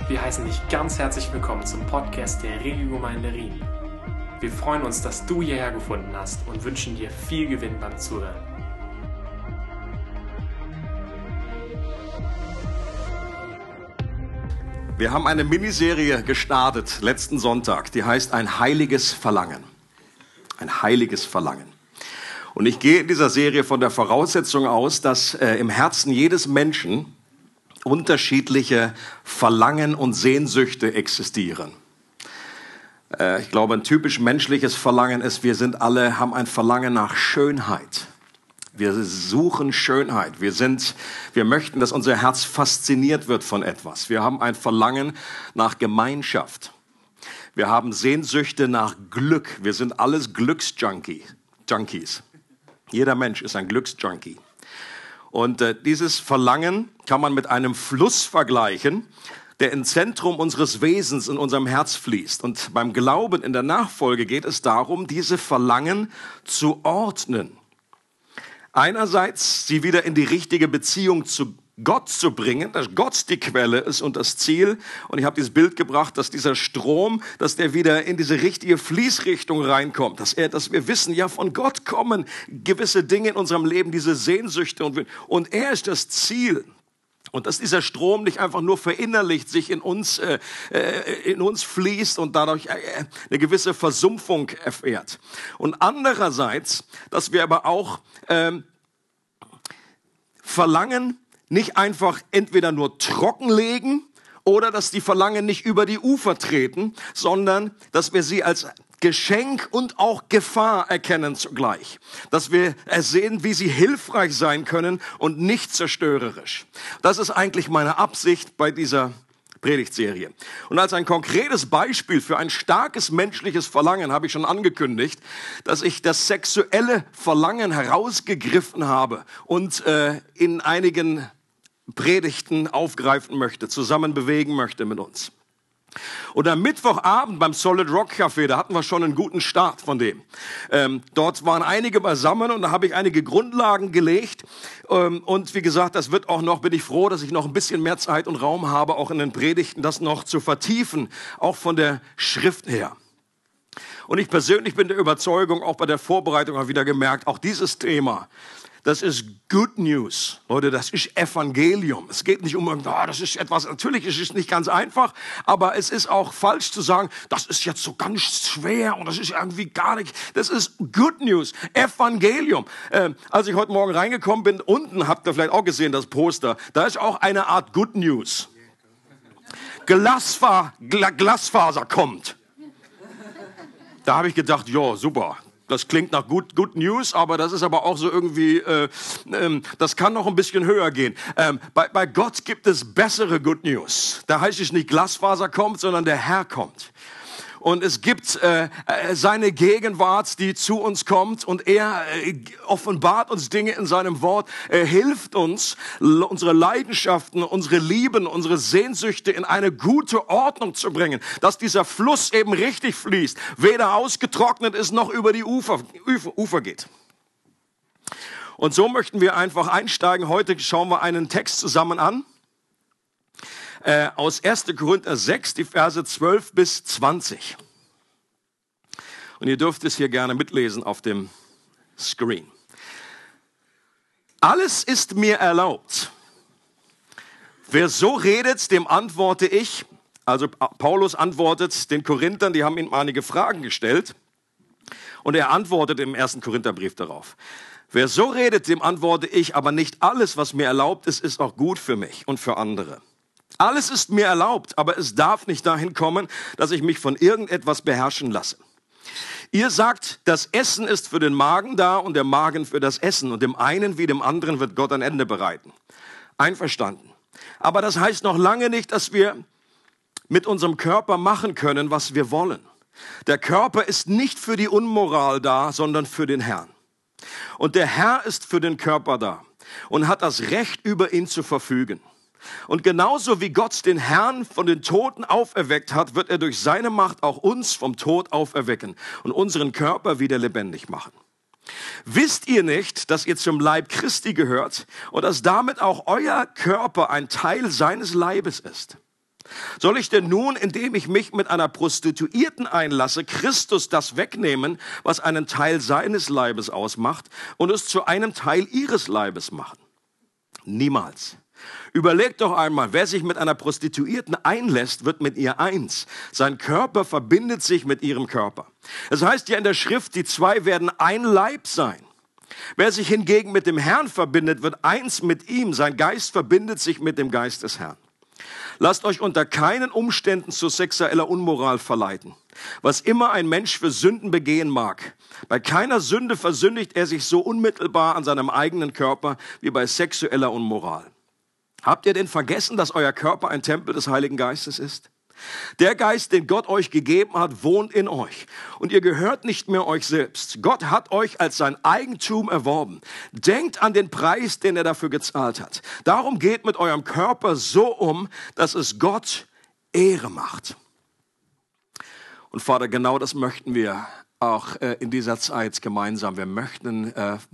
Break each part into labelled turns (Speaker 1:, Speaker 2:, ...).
Speaker 1: Wir heißen dich ganz herzlich willkommen zum Podcast der Regiogemeinde Rien. Wir freuen uns, dass du hierher gefunden hast und wünschen dir viel Gewinn beim Zuhören.
Speaker 2: Wir haben eine Miniserie gestartet letzten Sonntag, die heißt Ein heiliges Verlangen. Ein heiliges Verlangen. Und ich gehe in dieser Serie von der Voraussetzung aus, dass im Herzen jedes Menschen unterschiedliche Verlangen und Sehnsüchte existieren. Ich glaube, ein typisch menschliches Verlangen ist, haben ein Verlangen nach Schönheit. Wir suchen Schönheit. Wir möchten, dass unser Herz fasziniert wird von etwas. Wir haben ein Verlangen nach Gemeinschaft. Wir haben Sehnsüchte nach Glück. Wir sind alles Glücksjunkies. Jeder Mensch ist ein Glücksjunkie. Und dieses Verlangen kann man mit einem Fluss vergleichen, der ins Zentrum unseres Wesens in unserem Herz fließt. Und beim Glauben in der Nachfolge geht es darum, diese Verlangen zu ordnen. Einerseits sie wieder in die richtige Beziehung zu Gott zu bringen, dass Gott die Quelle ist und das Ziel. Und ich habe dieses Bild gebracht, dass dieser Strom, dass der wieder in diese richtige Fließrichtung reinkommt. Dass wir wissen, ja, von Gott kommen gewisse Dinge in unserem Leben, diese Sehnsüchte. Und er ist das Ziel. Und dass dieser Strom nicht einfach nur verinnerlicht, sich in uns fließt und dadurch eine gewisse Versumpfung erfährt. Und andererseits, dass wir aber auch verlangen, nicht einfach entweder nur trockenlegen oder dass die Verlangen nicht über die Ufer treten, sondern dass wir sie als Geschenk und auch Gefahr erkennen zugleich. Dass wir sehen, wie sie hilfreich sein können und nicht zerstörerisch. Das ist eigentlich meine Absicht bei dieser Predigtserie. Und als ein konkretes Beispiel für ein starkes menschliches Verlangen habe ich schon angekündigt, dass ich das sexuelle Verlangen herausgegriffen habe und in einigen Predigten aufgreifen möchte, zusammen bewegen möchte mit uns. Und am Mittwochabend beim Solid Rock Café, da hatten wir schon einen guten Start von dem. Dort waren einige beisammen und da habe ich einige Grundlagen gelegt. Und wie gesagt, bin ich froh, dass ich noch ein bisschen mehr Zeit und Raum habe, auch in den Predigten das noch zu vertiefen, auch von der Schrift her. Und ich persönlich bin der Überzeugung, auch bei der Vorbereitung habe ich wieder gemerkt, auch dieses Thema, das ist Good News. Leute, das ist Evangelium. Es geht nicht um, das ist etwas, natürlich ist es nicht ganz einfach, aber es ist auch falsch zu sagen, das ist jetzt so ganz schwer und das ist irgendwie gar nicht, das ist Good News, Evangelium. Als ich heute Morgen reingekommen bin, unten habt ihr vielleicht auch gesehen, das Poster, da ist auch eine Art Good News. Glasfaser kommt. Da habe ich gedacht, ja, super. Das klingt nach Good News, aber das ist aber auch so irgendwie, das kann noch ein bisschen höher gehen. Bei Gott gibt es bessere Good News. Da heißt es nicht Glasfaser kommt, sondern der Herr kommt. Und es gibt seine Gegenwart, die zu uns kommt und er offenbart uns Dinge in seinem Wort. Er hilft uns, unsere Leidenschaften, unsere Lieben, unsere Sehnsüchte in eine gute Ordnung zu bringen, dass dieser Fluss eben richtig fließt, weder ausgetrocknet ist noch über die Ufer geht. Und so möchten wir einfach einsteigen. Heute schauen wir einen Text zusammen an. Aus 1. Korinther 6, die Verse 12 bis 20. Und ihr dürft es hier gerne mitlesen auf dem Screen. Alles ist mir erlaubt. Wer so redet, dem antworte ich. Also Paulus antwortet den Korinthern, die haben ihm einige Fragen gestellt. Und er antwortet im 1. Korintherbrief darauf. Wer so redet, dem antworte ich, aber nicht alles, was mir erlaubt ist, ist auch gut für mich und für andere. Alles ist mir erlaubt, aber es darf nicht dahin kommen, dass ich mich von irgendetwas beherrschen lasse. Ihr sagt, das Essen ist für den Magen da und der Magen für das Essen. Und dem einen wie dem anderen wird Gott ein Ende bereiten. Einverstanden. Aber das heißt noch lange nicht, dass wir mit unserem Körper machen können, was wir wollen. Der Körper ist nicht für die Unmoral da, sondern für den Herrn. Und der Herr ist für den Körper da und hat das Recht, über ihn zu verfügen. Und genauso wie Gott den Herrn von den Toten auferweckt hat, wird er durch seine Macht auch uns vom Tod auferwecken und unseren Körper wieder lebendig machen. Wisst ihr nicht, dass ihr zum Leib Christi gehört und dass damit auch euer Körper ein Teil seines Leibes ist? Soll ich denn nun, indem ich mich mit einer Prostituierten einlasse, Christus das wegnehmen, was einen Teil seines Leibes ausmacht, und es zu einem Teil ihres Leibes machen? Niemals. Überlegt doch einmal, wer sich mit einer Prostituierten einlässt, wird mit ihr eins. Sein Körper verbindet sich mit ihrem Körper. Es heißt ja in der Schrift, die zwei werden ein Leib sein. Wer sich hingegen mit dem Herrn verbindet, wird eins mit ihm. Sein Geist verbindet sich mit dem Geist des Herrn. Lasst euch unter keinen Umständen zu sexueller Unmoral verleiten. Was immer ein Mensch für Sünden begehen mag, bei keiner Sünde versündigt er sich so unmittelbar an seinem eigenen Körper wie bei sexueller Unmoral. Habt ihr denn vergessen, dass euer Körper ein Tempel des Heiligen Geistes ist? Der Geist, den Gott euch gegeben hat, wohnt in euch. Und ihr gehört nicht mehr euch selbst. Gott hat euch als sein Eigentum erworben. Denkt an den Preis, den er dafür gezahlt hat. Darum geht mit eurem Körper so um, dass es Gott Ehre macht. Und Vater, genau das möchten wir auch in dieser Zeit gemeinsam. Wir möchten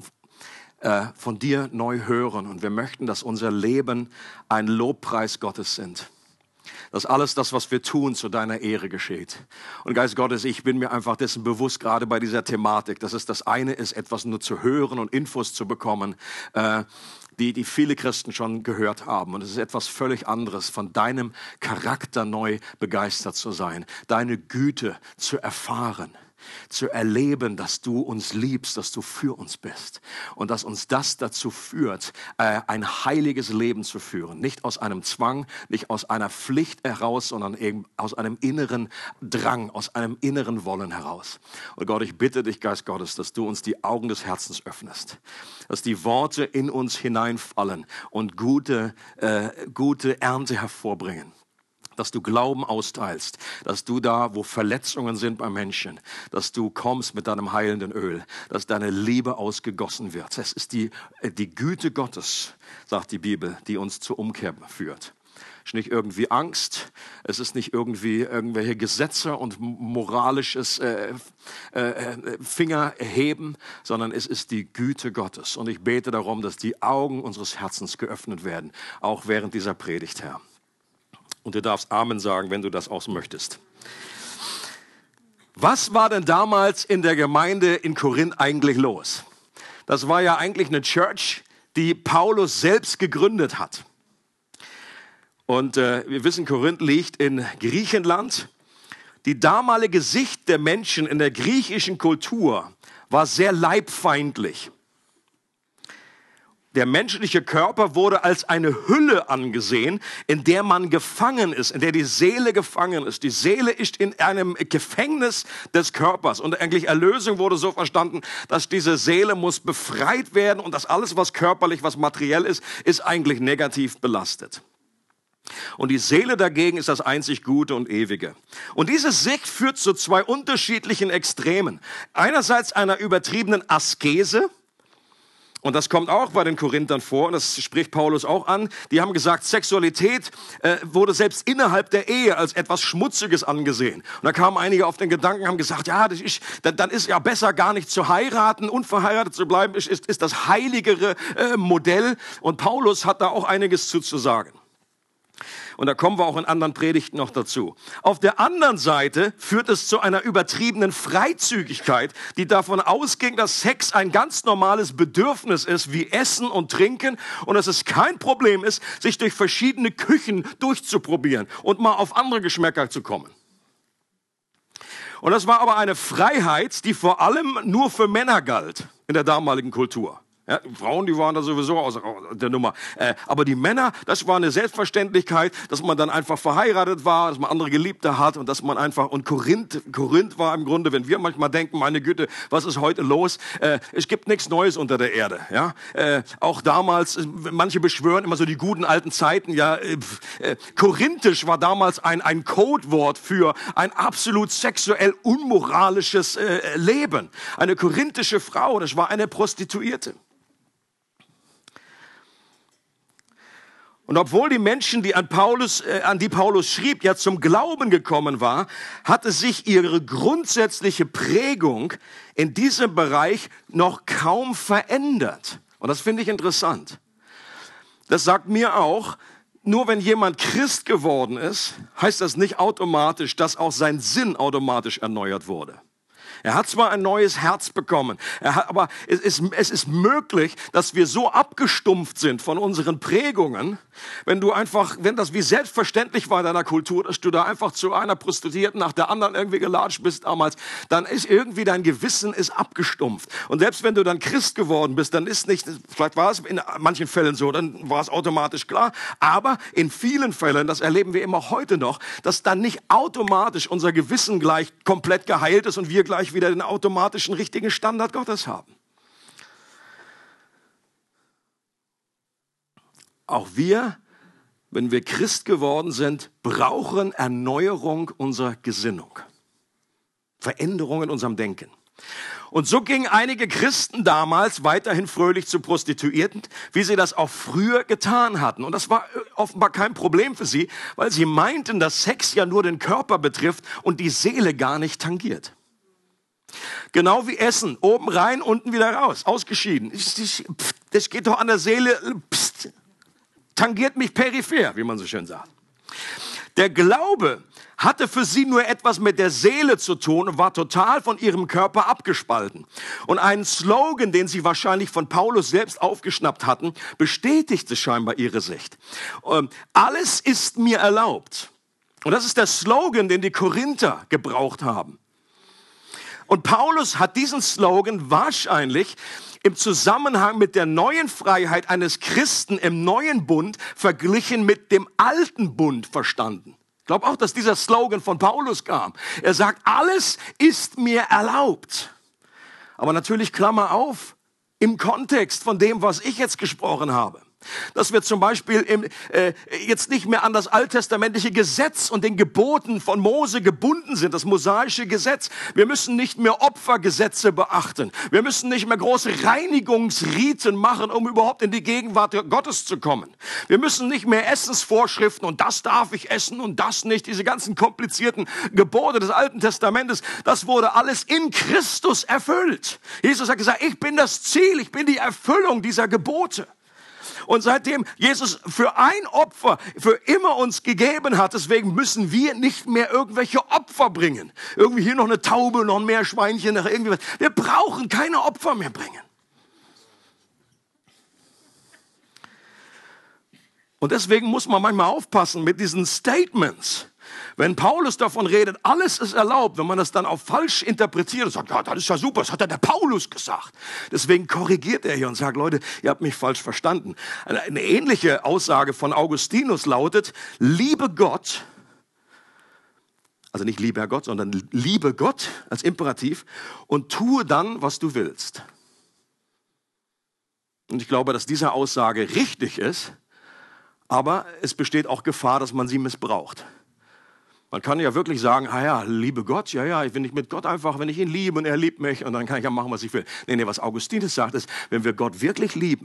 Speaker 2: von dir neu hören und wir möchten, dass unser Leben ein Lobpreis Gottes sind. Dass alles das, was wir tun, zu deiner Ehre geschieht. Und Geist Gottes, ich bin mir einfach dessen bewusst, gerade bei dieser Thematik, dass es das eine ist, etwas nur zu hören und Infos zu bekommen, die viele Christen schon gehört haben. Und es ist etwas völlig anderes, von deinem Charakter neu begeistert zu sein, deine Güte zu erfahren, zu erleben, dass du uns liebst, dass du für uns bist und dass uns das dazu führt, ein heiliges Leben zu führen. Nicht aus einem Zwang, nicht aus einer Pflicht heraus, sondern eben aus einem inneren Drang, aus einem inneren Wollen heraus. Und Gott, ich bitte dich, Geist Gottes, dass du uns die Augen des Herzens öffnest, dass die Worte in uns hineinfallen und gute Ernte hervorbringen. Dass du Glauben austeilst, dass du da, wo Verletzungen sind bei Menschen, dass du kommst mit deinem heilenden Öl, dass deine Liebe ausgegossen wird. Es ist die Güte Gottes, sagt die Bibel, die uns zur Umkehr führt. Es ist nicht irgendwie Angst, es ist nicht irgendwie irgendwelche Gesetze und moralisches Fingerheben, sondern es ist die Güte Gottes. Und ich bete darum, dass die Augen unseres Herzens geöffnet werden, auch während dieser Predigt, Herr. Und du darfst Amen sagen, wenn du das auch möchtest. Was war denn damals in der Gemeinde in Korinth eigentlich los? Das war ja eigentlich eine Church, die Paulus selbst gegründet hat. Und wir wissen, Korinth liegt in Griechenland. Die damalige Sicht der Menschen in der griechischen Kultur war sehr leibfeindlich. Der menschliche Körper wurde als eine Hülle angesehen, in der man gefangen ist, in der die Seele gefangen ist. Die Seele ist in einem Gefängnis des Körpers. Und eigentlich Erlösung wurde so verstanden, dass diese Seele muss befreit werden und dass alles, was körperlich, was materiell ist, ist eigentlich negativ belastet. Und die Seele dagegen ist das einzig Gute und Ewige. Und diese Sicht führt zu zwei unterschiedlichen Extremen. Einerseits einer übertriebenen Askese. Und das kommt auch bei den Korinthern vor, und das spricht Paulus auch an. Die haben gesagt, Sexualität wurde selbst innerhalb der Ehe als etwas Schmutziges angesehen. Und da kamen einige auf den Gedanken, haben gesagt, ja, dann ist ja besser gar nicht zu heiraten, unverheiratet zu bleiben, ist das heiligere Modell. Und Paulus hat da auch einiges zu sagen. Und da kommen wir auch in anderen Predigten noch dazu. Auf der anderen Seite führt es zu einer übertriebenen Freizügigkeit, die davon ausging, dass Sex ein ganz normales Bedürfnis ist, wie Essen und Trinken, und dass es kein Problem ist, sich durch verschiedene Küchen durchzuprobieren und mal auf andere Geschmäcker zu kommen. Und das war aber eine Freiheit, die vor allem nur für Männer galt in der damaligen Kultur. Ja, Frauen, die waren da sowieso aus der Nummer. Aber die Männer, das war eine Selbstverständlichkeit, dass man dann einfach verheiratet war, dass man andere Geliebte hat und dass man einfach, und Korinth war im Grunde, wenn wir manchmal denken, meine Güte, was ist heute los? Es gibt nichts Neues unter der Erde. Ja, auch damals, manche beschwören immer so die guten alten Zeiten. Ja, korinthisch war damals ein Codewort für ein absolut sexuell unmoralisches Leben. Eine korinthische Frau, das war eine Prostituierte. Und obwohl die Menschen, an die Paulus schrieb, ja zum Glauben gekommen war, hatte sich ihre grundsätzliche Prägung in diesem Bereich noch kaum verändert. Und das finde ich interessant. Das sagt mir auch, nur wenn jemand Christ geworden ist, heißt das nicht automatisch, dass auch sein Sinn automatisch erneuert wurde. Er hat zwar ein neues Herz bekommen, aber es ist möglich, dass wir so abgestumpft sind von unseren Prägungen, wenn das wie selbstverständlich war in deiner Kultur, dass du da einfach zu einer Prostituierten nach der anderen irgendwie gelatscht bist damals, dann ist irgendwie dein Gewissen ist abgestumpft. Und selbst wenn du dann Christ geworden bist, dann ist nicht, vielleicht war es in manchen Fällen so, dann war es automatisch klar, aber in vielen Fällen, das erleben wir immer heute noch, dass dann nicht automatisch unser Gewissen gleich komplett geheilt ist und wir gleich wieder den automatischen richtigen Standard Gottes haben. Auch wir, wenn wir Christ geworden sind, brauchen Erneuerung unserer Gesinnung. Veränderung in unserem Denken. Und so gingen einige Christen damals weiterhin fröhlich zu Prostituierten, wie sie das auch früher getan hatten. Und das war offenbar kein Problem für sie, weil sie meinten, dass Sex ja nur den Körper betrifft und die Seele gar nicht tangiert. Genau wie Essen, oben rein, unten wieder raus, ausgeschieden. Das geht doch an der Seele, tangiert mich peripher, wie man so schön sagt. Der Glaube hatte für sie nur etwas mit der Seele zu tun und war total von ihrem Körper abgespalten. Und einen Slogan, den sie wahrscheinlich von Paulus selbst aufgeschnappt hatten, bestätigte scheinbar ihre Sicht. Alles ist mir erlaubt. Und das ist der Slogan, den die Korinther gebraucht haben. Und Paulus hat diesen Slogan wahrscheinlich im Zusammenhang mit der neuen Freiheit eines Christen im neuen Bund verglichen mit dem alten Bund verstanden. Ich glaube auch, dass dieser Slogan von Paulus kam. Er sagt, alles ist mir erlaubt. Aber natürlich, Klammer auf, im Kontext von dem, was ich jetzt gesprochen habe. Dass wir zum Beispiel jetzt nicht mehr an das alttestamentliche Gesetz und den Geboten von Mose gebunden sind, das mosaische Gesetz. Wir müssen nicht mehr Opfergesetze beachten. Wir müssen nicht mehr große Reinigungsriten machen, um überhaupt in die Gegenwart Gottes zu kommen. Wir müssen nicht mehr Essensvorschriften und das darf ich essen und das nicht. Diese ganzen komplizierten Gebote des Alten Testamentes, das wurde alles in Christus erfüllt. Jesus hat gesagt, ich bin das Ziel, ich bin die Erfüllung dieser Gebote. Und seitdem Jesus für ein Opfer für immer uns gegeben hat, deswegen müssen wir nicht mehr irgendwelche Opfer bringen. Irgendwie hier noch eine Taube, noch ein Meerschweinchen, noch irgendwie was. Wir brauchen keine Opfer mehr bringen. Und deswegen muss man manchmal aufpassen mit diesen Statements. Wenn Paulus davon redet, alles ist erlaubt, wenn man das dann auch falsch interpretiert und sagt, ja, das ist ja super, das hat ja der Paulus gesagt. Deswegen korrigiert er hier und sagt, Leute, ihr habt mich falsch verstanden. Eine ähnliche Aussage von Augustinus lautet, liebe Gott, also nicht lieber Gott, sondern liebe Gott als Imperativ und tue dann, was du willst. Und ich glaube, dass diese Aussage richtig ist, aber es besteht auch Gefahr, dass man sie missbraucht. Man kann ja wirklich sagen, liebe Gott, wenn ich mit Gott einfach, wenn ich ihn liebe und er liebt mich und dann kann ich ja machen, was ich will. Nee, was Augustinus sagt ist, wenn wir Gott wirklich lieben,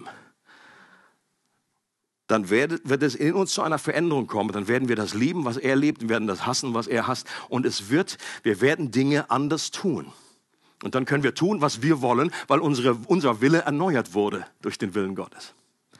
Speaker 2: dann wird es in uns zu einer Veränderung kommen. Dann werden wir das lieben, was er liebt, wir werden das hassen, was er hasst und wir werden Dinge anders tun. Und dann können wir tun, was wir wollen, weil unser Wille erneuert wurde durch den Willen Gottes.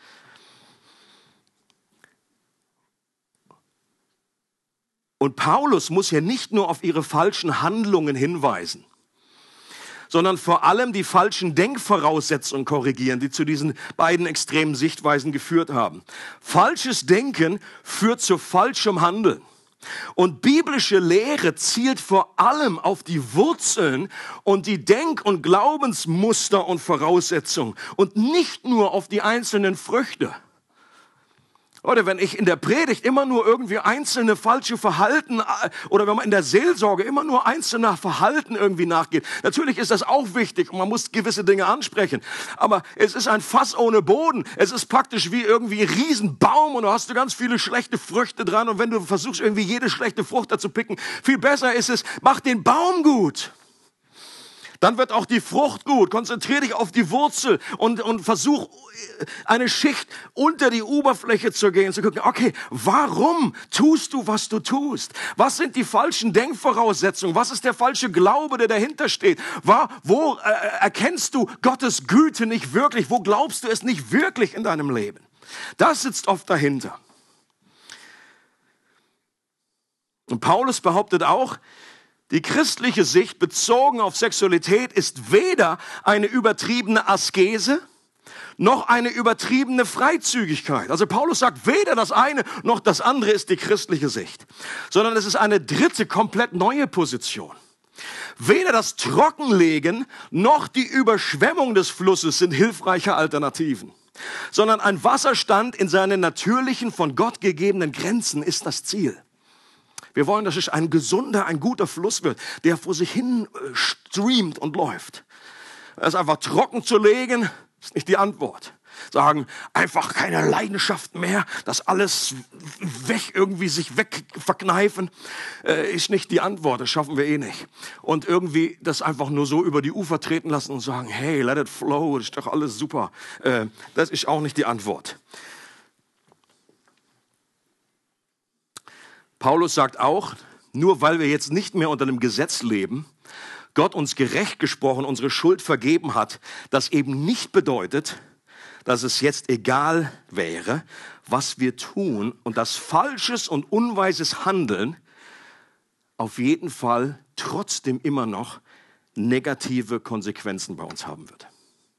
Speaker 2: Und Paulus muss hier nicht nur auf ihre falschen Handlungen hinweisen, sondern vor allem die falschen Denkvoraussetzungen korrigieren, die zu diesen beiden extremen Sichtweisen geführt haben. Falsches Denken führt zu falschem Handeln. Und biblische Lehre zielt vor allem auf die Wurzeln und die Denk- und Glaubensmuster und Voraussetzungen und nicht nur auf die einzelnen Früchte. Oder wenn ich in der Predigt immer nur irgendwie einzelne falsche Verhalten oder wenn man in der Seelsorge immer nur einzelner Verhalten irgendwie nachgeht. Natürlich ist das auch wichtig und man muss gewisse Dinge ansprechen. Aber es ist ein Fass ohne Boden. Es ist praktisch wie irgendwie ein Riesenbaum und da hast du ganz viele schlechte Früchte dran. Und wenn du versuchst irgendwie jede schlechte Frucht da zu picken, viel besser ist es, mach den Baum gut. Dann wird auch die Frucht gut. Konzentriere dich auf die Wurzel und versuch eine Schicht unter die Oberfläche zu gehen, zu gucken, okay, warum tust du, was du tust? Was sind die falschen Denkvoraussetzungen? Was ist der falsche Glaube, der dahinter steht? Wo erkennst du Gottes Güte nicht wirklich? Wo glaubst du es nicht wirklich in deinem Leben? Das sitzt oft dahinter. Und Paulus behauptet auch, die christliche Sicht bezogen auf Sexualität ist weder eine übertriebene Askese, noch eine übertriebene Freizügigkeit. Also Paulus sagt, weder das eine noch das andere ist die christliche Sicht, sondern es ist eine dritte, komplett neue Position. Weder das Trockenlegen noch die Überschwemmung des Flusses sind hilfreiche Alternativen, sondern ein Wasserstand in seinen natürlichen, von Gott gegebenen Grenzen ist das Ziel. Wir wollen, dass es ein gesunder, ein guter Fluss wird, der vor sich hin streamt und läuft. Es einfach trocken zu legen, ist nicht die Antwort. Sagen, einfach keine Leidenschaft mehr, das alles weg, irgendwie sich wegverkneifen, ist nicht die Antwort, das schaffen wir eh nicht. Und irgendwie das einfach nur so über die Ufer treten lassen und sagen, hey, let it flow, das ist doch alles super. Das ist auch nicht die Antwort. Paulus sagt auch, nur weil wir jetzt nicht mehr unter dem Gesetz leben, Gott uns gerecht gesprochen unsere Schuld vergeben hat, das eben nicht bedeutet, dass es jetzt egal wäre, was wir tun und dass falsches und unweises Handeln auf jeden Fall trotzdem immer noch negative Konsequenzen bei uns haben wird.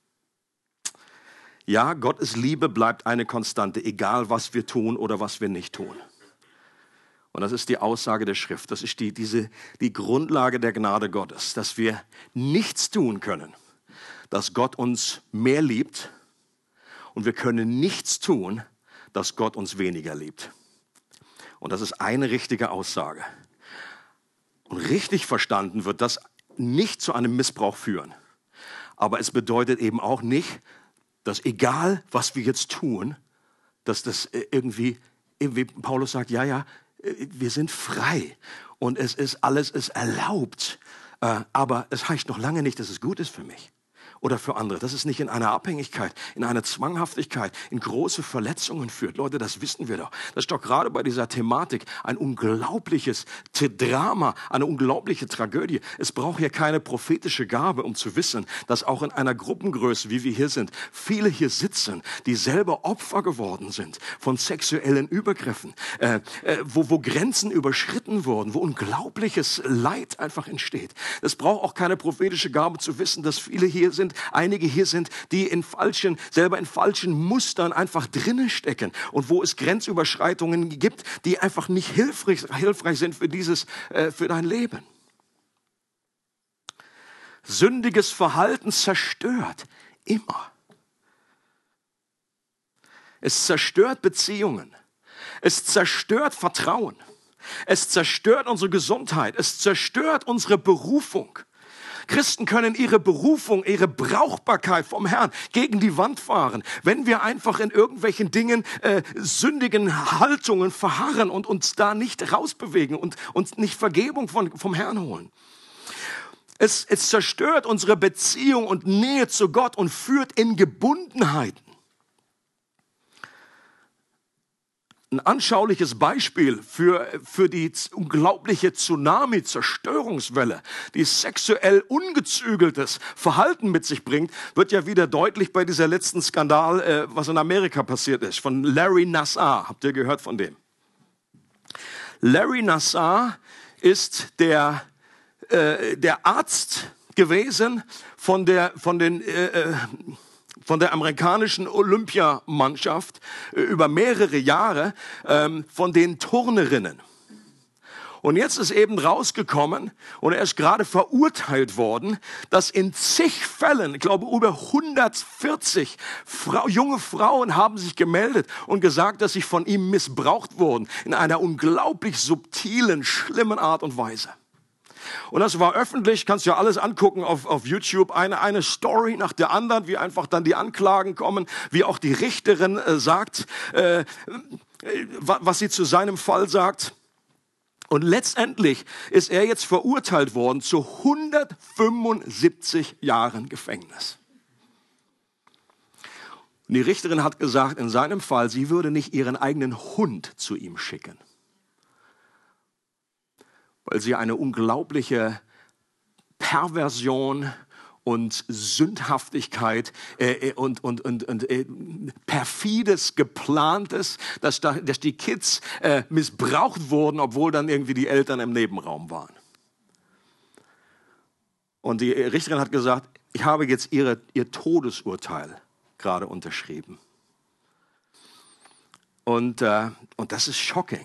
Speaker 2: Ja, Gottes Liebe bleibt eine Konstante, egal was wir tun oder was wir nicht tun. Und das ist die Aussage der Schrift. Das ist die Grundlage der Gnade Gottes, dass wir nichts tun können, dass Gott uns mehr liebt, und wir können nichts tun, dass Gott uns weniger liebt. Und das ist eine richtige Aussage. Und richtig verstanden wird das nicht zu einem Missbrauch führen. Aber es bedeutet eben auch nicht, dass egal, was wir jetzt tun, dass das irgendwie Paulus sagt, ja, wir sind frei und alles ist erlaubt. Aber es heißt noch lange nicht, dass es gut ist für mich oder für andere. Das ist nicht in einer Abhängigkeit, in einer Zwanghaftigkeit, in große Verletzungen führt. Leute, das wissen wir doch. Das ist doch gerade bei dieser Thematik ein unglaubliches Drama, eine unglaubliche Tragödie. Es braucht hier keine prophetische Gabe, um zu wissen, dass auch in einer Gruppengröße, wie wir hier sind, viele hier sitzen, die selber Opfer geworden sind von sexuellen Übergriffen, wo Grenzen überschritten wurden, wo unglaubliches Leid einfach entsteht. Es braucht auch keine prophetische Gabe zu wissen, dass viele hier sind, einige hier sind, die selber in falschen Mustern einfach drinnen stecken und wo es Grenzüberschreitungen gibt, die einfach nicht hilfreich sind für dein Leben. Sündiges Verhalten zerstört immer. Es zerstört Beziehungen. Es zerstört Vertrauen. Es zerstört unsere Gesundheit. Es zerstört unsere Berufung. Christen können ihre Berufung, ihre Brauchbarkeit vom Herrn gegen die Wand fahren, wenn wir einfach in irgendwelchen Dingen, sündigen Haltungen verharren und uns da nicht rausbewegen und uns nicht Vergebung vom Herrn holen. Es zerstört unsere Beziehung und Nähe zu Gott und führt in Gebundenheiten. Ein anschauliches Beispiel für die unglaubliche Tsunami-Zerstörungswelle, die sexuell ungezügeltes Verhalten mit sich bringt, wird ja wieder deutlich bei dieser letzten Skandal, was in Amerika passiert ist, von Larry Nassar. Habt ihr gehört von dem? Larry Nassar ist der Arzt gewesen von der amerikanischen Olympiamannschaft über mehrere Jahre, von den Turnerinnen. Und jetzt ist eben rausgekommen und er ist gerade verurteilt worden, dass in zig Fällen, ich glaube über 140 junge Frauen haben sich gemeldet und gesagt, dass sie von ihm missbraucht wurden in einer unglaublich subtilen, schlimmen Art und Weise. Und das war öffentlich, kannst du ja alles angucken auf YouTube, eine Story nach der anderen, wie einfach dann die Anklagen kommen, wie auch die Richterin sagt, was sie zu seinem Fall sagt. Und letztendlich ist er jetzt verurteilt worden zu 175 Jahren Gefängnis. Und die Richterin hat gesagt, in seinem Fall, sie würde nicht ihren eigenen Hund zu ihm schicken, weil sie eine unglaubliche Perversion und Sündhaftigkeit und perfides, geplantes, dass die Kids missbraucht wurden, obwohl dann irgendwie die Eltern im Nebenraum waren. Und die Richterin hat gesagt, ich habe jetzt ihr Todesurteil gerade unterschrieben. Und das ist shocking.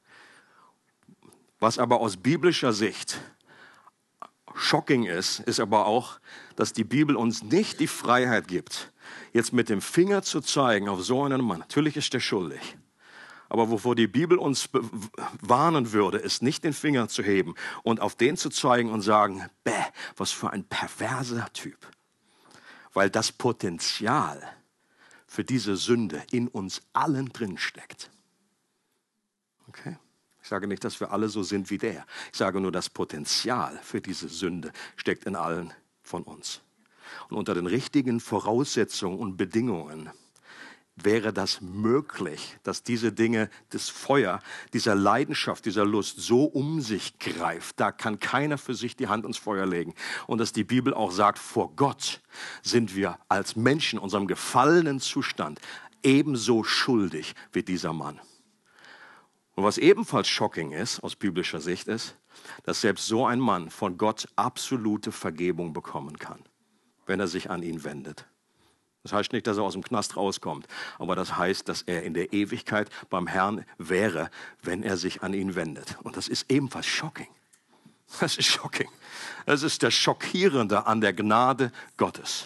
Speaker 2: Was aber aus biblischer Sicht shocking ist aber auch, dass die Bibel uns nicht die Freiheit gibt, jetzt mit dem Finger zu zeigen auf so einen Mann. Natürlich ist er schuldig. Aber wovor die Bibel uns warnen würde, ist nicht den Finger zu heben und auf den zu zeigen und sagen, bäh, was für ein perverser Typ. Weil das Potenzial für diese Sünde in uns allen drin steckt. Okay? Ich sage nicht, dass wir alle so sind wie der. Ich sage nur, das Potenzial für diese Sünde steckt in allen von uns. Und unter den richtigen Voraussetzungen und Bedingungen wäre das möglich, dass diese Dinge, das Feuer, dieser Leidenschaft, dieser Lust so um sich greift. Da kann keiner für sich die Hand ins Feuer legen. Und dass die Bibel auch sagt, vor Gott sind wir als Menschen in unserem gefallenen Zustand ebenso schuldig wie dieser Mann. Und was ebenfalls shocking ist, aus biblischer Sicht ist, dass selbst so ein Mann von Gott absolute Vergebung bekommen kann, wenn er sich an ihn wendet. Das heißt nicht, dass er aus dem Knast rauskommt, aber das heißt, dass er in der Ewigkeit beim Herrn wäre, wenn er sich an ihn wendet. Und das ist ebenfalls shocking. Das ist shocking. Das ist das Schockierende an der Gnade Gottes.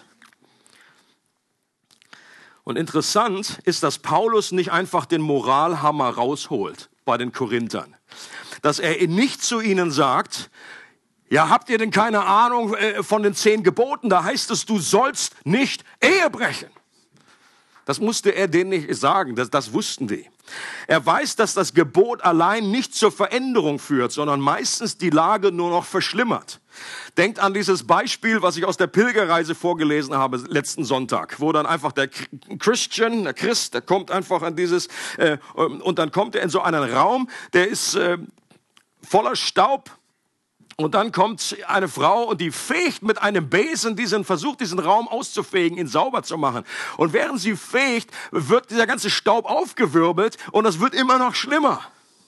Speaker 2: Und interessant ist, dass Paulus nicht einfach den Moralhammer rausholt bei den Korinthern. Dass er nicht zu ihnen sagt, ja, habt ihr denn keine Ahnung von den 10 Geboten? Da heißt es, du sollst nicht Ehe brechen. Das musste er denen nicht sagen, das wussten die. Er weiß, dass das Gebot allein nicht zur Veränderung führt, sondern meistens die Lage nur noch verschlimmert. Denkt an dieses Beispiel, was ich aus der Pilgerreise vorgelesen habe letzten Sonntag, wo dann einfach der Christ, der kommt einfach an dieses, und dann kommt er in so einen Raum, der ist voller Staub. Und dann kommt eine Frau und die fegt mit einem Besen versucht diesen Raum auszufegen, ihn sauber zu machen. Und während sie fegt, wird dieser ganze Staub aufgewirbelt und es wird immer noch schlimmer.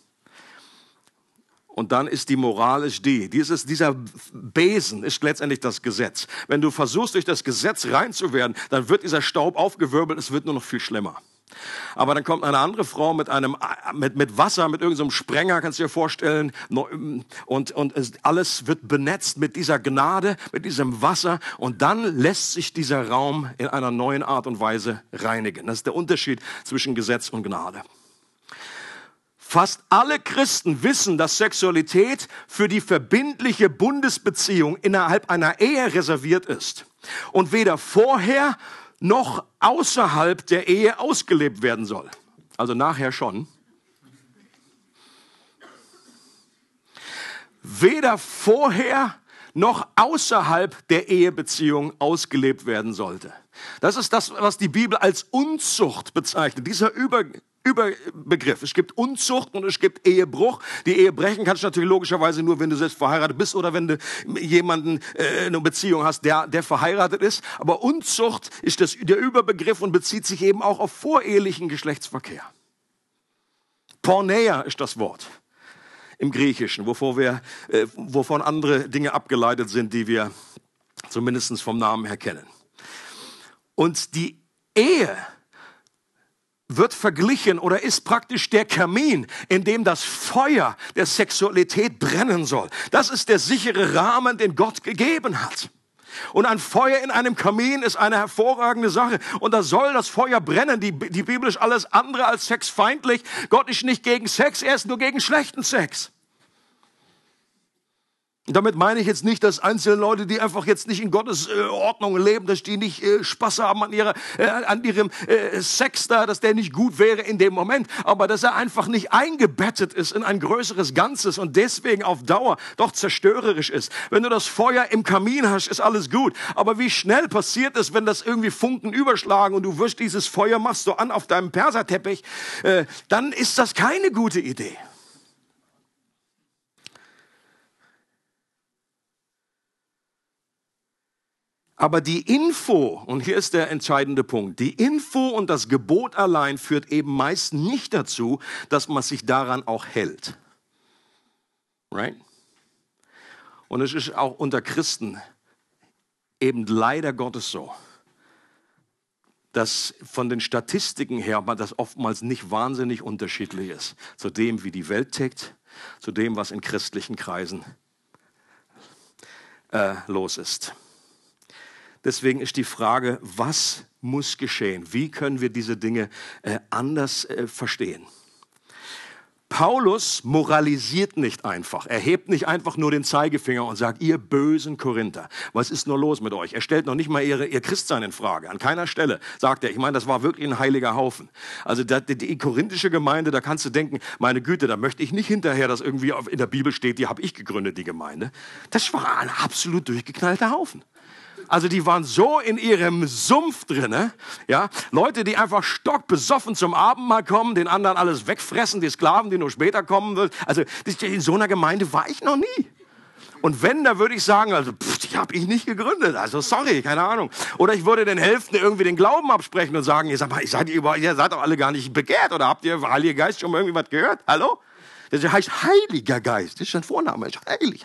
Speaker 2: Und dann ist die Moral dieser Besen ist letztendlich das Gesetz. Wenn du versuchst, durch das Gesetz rein zu werden, dann wird dieser Staub aufgewirbelt, es wird nur noch viel schlimmer. Aber dann kommt eine andere Frau mit Wasser, mit irgendeinem Sprenger, kannst du dir vorstellen, und alles wird benetzt mit dieser Gnade, mit diesem Wasser, und dann lässt sich dieser Raum in einer neuen Art und Weise reinigen. Das ist der Unterschied zwischen Gesetz und Gnade. Fast alle Christen wissen, dass Sexualität für die verbindliche Bundesbeziehung innerhalb einer Ehe reserviert ist und weder vorher noch außerhalb der Ehe ausgelebt werden soll. Also nachher schon. Weder vorher noch außerhalb der Ehebeziehung ausgelebt werden sollte. Das ist das, was die Bibel als Unzucht bezeichnet. Dieser Überbegriff. Es gibt Unzucht und es gibt Ehebruch. Die Ehe brechen kannst du natürlich logischerweise nur, wenn du selbst verheiratet bist oder wenn du jemanden eine Beziehung hast, der verheiratet ist. Aber Unzucht ist der Überbegriff und bezieht sich eben auch auf vorehelichen Geschlechtsverkehr. Porneia ist das Wort im Griechischen, wovon andere Dinge abgeleitet sind, die wir zumindest vom Namen her kennen. Und die Ehe wird verglichen oder ist praktisch der Kamin, in dem das Feuer der Sexualität brennen soll. Das ist der sichere Rahmen, den Gott gegeben hat. Und ein Feuer in einem Kamin ist eine hervorragende Sache. Und da soll das Feuer brennen. Die Bibel ist alles andere als sexfeindlich. Gott ist nicht gegen Sex, er ist nur gegen schlechten Sex. Und damit meine ich jetzt nicht, dass einzelne Leute, die einfach jetzt nicht in Gottes Ordnung leben, dass die nicht Spaß haben an ihrem Sex da, dass der nicht gut wäre in dem Moment, aber dass er einfach nicht eingebettet ist in ein größeres Ganzes und deswegen auf Dauer doch zerstörerisch ist. Wenn du das Feuer im Kamin hast, ist alles gut. Aber wie schnell passiert es, wenn das irgendwie Funken überschlagen und du wirst dieses Feuer, machst du an auf deinem Perserteppich, dann ist das keine gute Idee. Aber die Info, und hier ist der entscheidende Punkt, die Info und das Gebot allein führt eben meist nicht dazu, dass man sich daran auch hält. Right? Und es ist auch unter Christen eben leider Gottes so, dass von den Statistiken her man das oftmals nicht wahnsinnig unterschiedlich ist, zu dem, wie die Welt tickt, zu dem, was in christlichen Kreisen los ist. Deswegen ist die Frage, was muss geschehen? Wie können wir diese Dinge anders verstehen? Paulus moralisiert nicht einfach. Er hebt nicht einfach nur den Zeigefinger und sagt, ihr bösen Korinther, was ist nur los mit euch? Er stellt noch nicht mal ihr Christsein in Frage. An keiner Stelle sagt er, ich meine, das war wirklich ein heiliger Haufen. Also die korinthische Gemeinde, da kannst du denken, meine Güte, da möchte ich nicht hinterher, dass irgendwie in der Bibel steht, die habe ich gegründet, die Gemeinde. Das war ein absolut durchgeknallter Haufen. Also die waren so in ihrem Sumpf drinne, ja, Leute, die einfach stockbesoffen zum Abendmahl kommen, den anderen alles wegfressen, die Sklaven, die nur später kommen würden. Also in so einer Gemeinde war ich noch nie. Und wenn, da würde ich sagen, also die habe ich nicht gegründet, also sorry, keine Ahnung. Oder ich würde den Hälften irgendwie den Glauben absprechen und sagen, ihr seid doch alle gar nicht begehrt, oder habt ihr Heiliger Geist schon mal irgendwie was gehört? Hallo? Das heißt Heiliger Geist, das ist ein Vorname, ist heilig.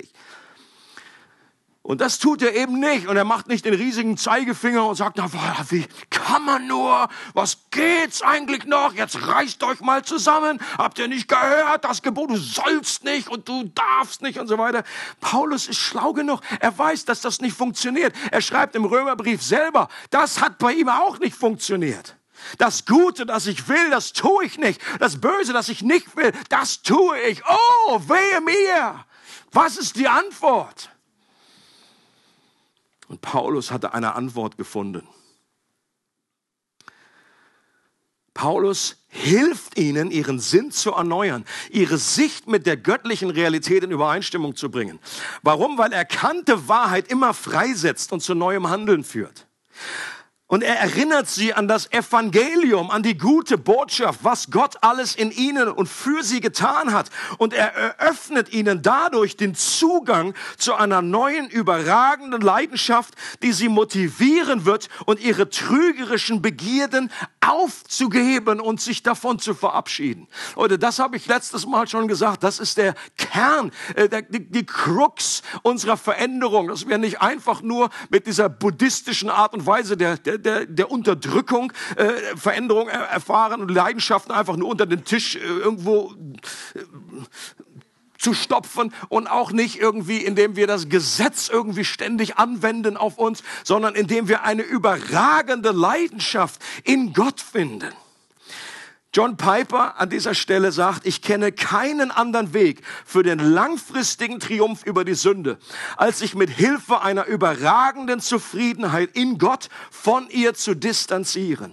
Speaker 2: Und das tut er eben nicht. Und er macht nicht den riesigen Zeigefinger und sagt, na, wie kann man nur? Was geht's eigentlich noch? Jetzt reißt euch mal zusammen. Habt ihr nicht gehört? Das Gebot, du sollst nicht und du darfst nicht und so weiter. Paulus ist schlau genug. Er weiß, dass das nicht funktioniert. Er schreibt im Römerbrief selber, das hat bei ihm auch nicht funktioniert. Das Gute, das ich will, das tue ich nicht. Das Böse, das ich nicht will, das tue ich. Oh, wehe mir. Was ist die Antwort? Und Paulus hatte eine Antwort gefunden. Paulus hilft ihnen, ihren Sinn zu erneuern, ihre Sicht mit der göttlichen Realität in Übereinstimmung zu bringen. Warum? Weil erkannte Wahrheit immer freisetzt und zu neuem Handeln führt. Und er erinnert sie an das Evangelium, an die gute Botschaft, was Gott alles in ihnen und für sie getan hat. Und er eröffnet ihnen dadurch den Zugang zu einer neuen, überragenden Leidenschaft, die sie motivieren wird und ihre trügerischen Begierden aufzugeben und sich davon zu verabschieden. Leute, das habe ich letztes Mal schon gesagt, das ist der Kern, die Krux unserer Veränderung, dass wir nicht einfach nur mit dieser buddhistischen Art und Weise der Unterdrückung Veränderung erfahren und Leidenschaften einfach nur unter den Tisch irgendwo zu stopfen und auch nicht irgendwie, indem wir das Gesetz irgendwie ständig anwenden auf uns, sondern indem wir eine überragende Leidenschaft in Gott finden. John Piper an dieser Stelle sagt, ich kenne keinen anderen Weg für den langfristigen Triumph über die Sünde, als sich mit Hilfe einer überragenden Zufriedenheit in Gott von ihr zu distanzieren.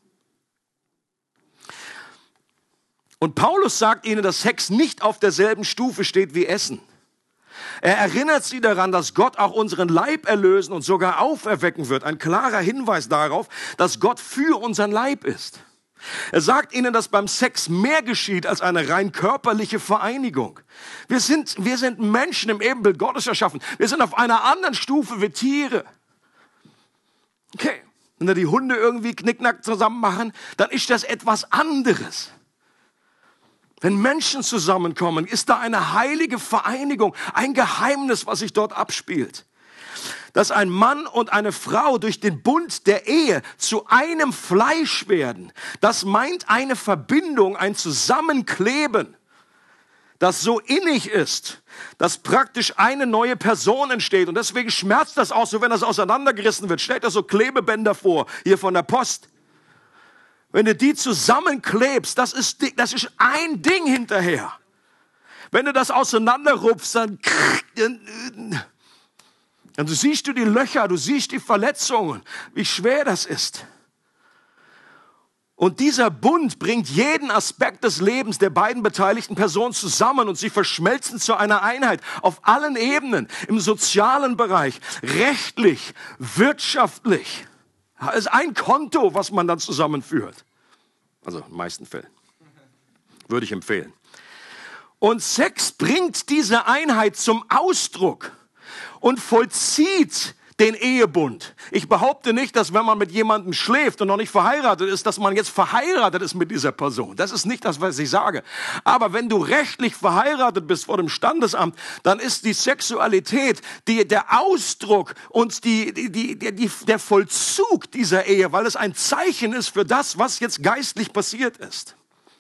Speaker 2: Und Paulus sagt ihnen, dass Sex nicht auf derselben Stufe steht wie Essen. Er erinnert sie daran, dass Gott auch unseren Leib erlösen und sogar auferwecken wird. Ein klarer Hinweis darauf, dass Gott für unseren Leib ist. Er sagt ihnen, dass beim Sex mehr geschieht als eine rein körperliche Vereinigung. Wir sind Menschen im Ebenbild Gottes erschaffen. Wir sind auf einer anderen Stufe wie Tiere. Okay, wenn da die Hunde irgendwie knickknack zusammen machen, dann ist das etwas anderes. Wenn Menschen zusammenkommen, ist da eine heilige Vereinigung, ein Geheimnis, was sich dort abspielt. Dass ein Mann und eine Frau durch den Bund der Ehe zu einem Fleisch werden, das meint eine Verbindung, ein Zusammenkleben, das so innig ist, dass praktisch eine neue Person entsteht. Und deswegen schmerzt das auch so, wenn das auseinandergerissen wird. Stellt euch so Klebebänder vor, hier von der Post. Wenn du die zusammenklebst, das ist ein Ding hinterher. Wenn du das auseinanderrupfst, dann siehst du die Löcher, du siehst die Verletzungen, wie schwer das ist. Und dieser Bund bringt jeden Aspekt des Lebens der beiden beteiligten Personen zusammen und sie verschmelzen zu einer Einheit auf allen Ebenen, im sozialen Bereich, rechtlich, wirtschaftlich. Das ist ein Konto, was man dann zusammenführt. Also in den meisten Fällen. Würde ich empfehlen. Und Sex bringt diese Einheit zum Ausdruck und vollzieht den Ehebund. Ich behaupte nicht, dass wenn man mit jemandem schläft und noch nicht verheiratet ist, dass man jetzt verheiratet ist mit dieser Person. Das ist nicht das, was ich sage. Aber wenn du rechtlich verheiratet bist vor dem Standesamt, dann ist die Sexualität der Ausdruck und der Vollzug dieser Ehe, weil es ein Zeichen ist für das, was jetzt geistlich passiert ist.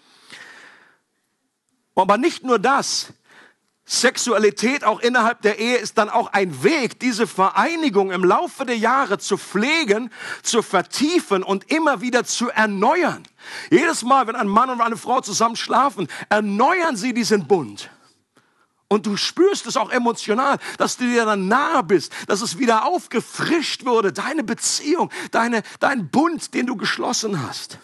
Speaker 2: Aber nicht nur das. Sexualität auch innerhalb der Ehe ist dann auch ein Weg, diese Vereinigung im Laufe der Jahre zu pflegen, zu vertiefen und immer wieder zu erneuern. Jedes Mal, wenn ein Mann und eine Frau zusammen schlafen, erneuern sie diesen Bund. Und du spürst es auch emotional, dass du dir dann nahe bist, dass es wieder aufgefrischt wurde, deine Beziehung, dein Bund, den du geschlossen hast.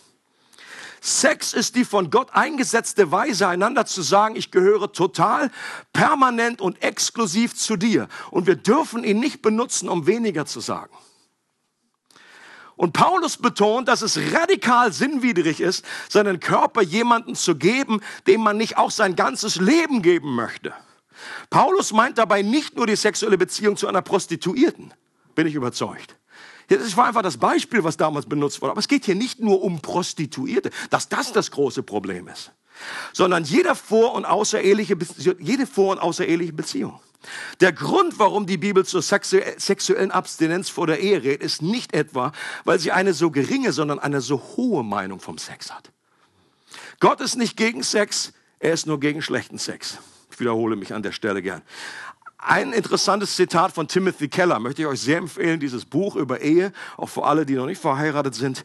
Speaker 2: Sex ist die von Gott eingesetzte Weise, einander zu sagen, ich gehöre total, permanent und exklusiv zu dir. Und wir dürfen ihn nicht benutzen, um weniger zu sagen. Und Paulus betont, dass es radikal sinnwidrig ist, seinen Körper jemandem zu geben, dem man nicht auch sein ganzes Leben geben möchte. Paulus meint dabei nicht nur die sexuelle Beziehung zu einer Prostituierten, bin ich überzeugt. Das war einfach das Beispiel, was damals benutzt wurde. Aber es geht hier nicht nur um Prostituierte, dass das große Problem ist, sondern jede vor- und außereheliche Beziehung. Der Grund, warum die Bibel zur sexuellen Abstinenz vor der Ehe redet, ist nicht etwa, weil sie eine so geringe, sondern eine so hohe Meinung vom Sex hat. Gott ist nicht gegen Sex, er ist nur gegen schlechten Sex. Ich wiederhole mich an der Stelle gern. Ein interessantes Zitat von Timothy Keller möchte ich euch sehr empfehlen, dieses Buch über Ehe, auch für alle, die noch nicht verheiratet sind.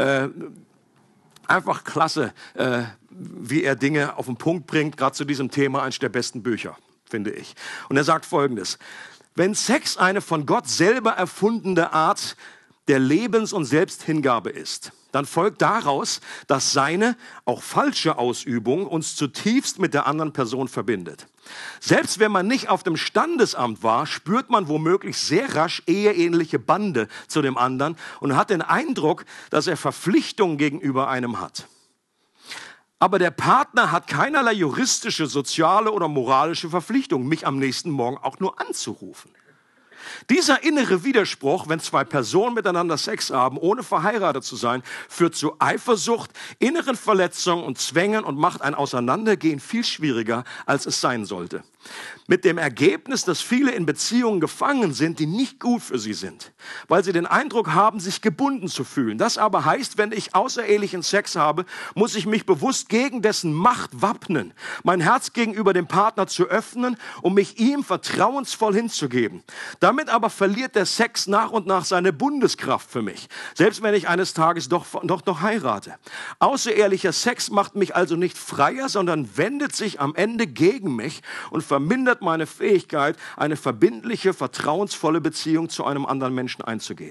Speaker 2: Einfach klasse, wie er Dinge auf den Punkt bringt, gerade zu diesem Thema, eines der besten Bücher, finde ich. Und er sagt Folgendes: Wenn Sex eine von Gott selber erfundene Art der Lebens- und Selbsthingabe ist, dann folgt daraus, dass seine, auch falsche Ausübung uns zutiefst mit der anderen Person verbindet. Selbst wenn man nicht auf dem Standesamt war, spürt man womöglich sehr rasch eheähnliche Bande zu dem anderen und hat den Eindruck, dass er Verpflichtungen gegenüber einem hat. Aber der Partner hat keinerlei juristische, soziale oder moralische Verpflichtung, mich am nächsten Morgen auch nur anzurufen. Dieser innere Widerspruch, wenn zwei Personen miteinander Sex haben, ohne verheiratet zu sein, führt zu Eifersucht, inneren Verletzungen und Zwängen und macht ein Auseinandergehen viel schwieriger, als es sein sollte. Mit dem Ergebnis, dass viele in Beziehungen gefangen sind, die nicht gut für sie sind, weil sie den Eindruck haben, sich gebunden zu fühlen. Das aber heißt, wenn ich außerehelichen Sex habe, muss ich mich bewusst gegen dessen Macht wappnen, mein Herz gegenüber dem Partner zu öffnen, um mich ihm vertrauensvoll hinzugeben. Damit aber verliert der Sex nach und nach seine Bundeskraft für mich, selbst wenn ich eines Tages doch heirate. Außerehelicher Sex macht mich also nicht freier, sondern wendet sich am Ende gegen mich und vermindert meine Fähigkeit, eine verbindliche, vertrauensvolle Beziehung zu einem anderen Menschen einzugehen.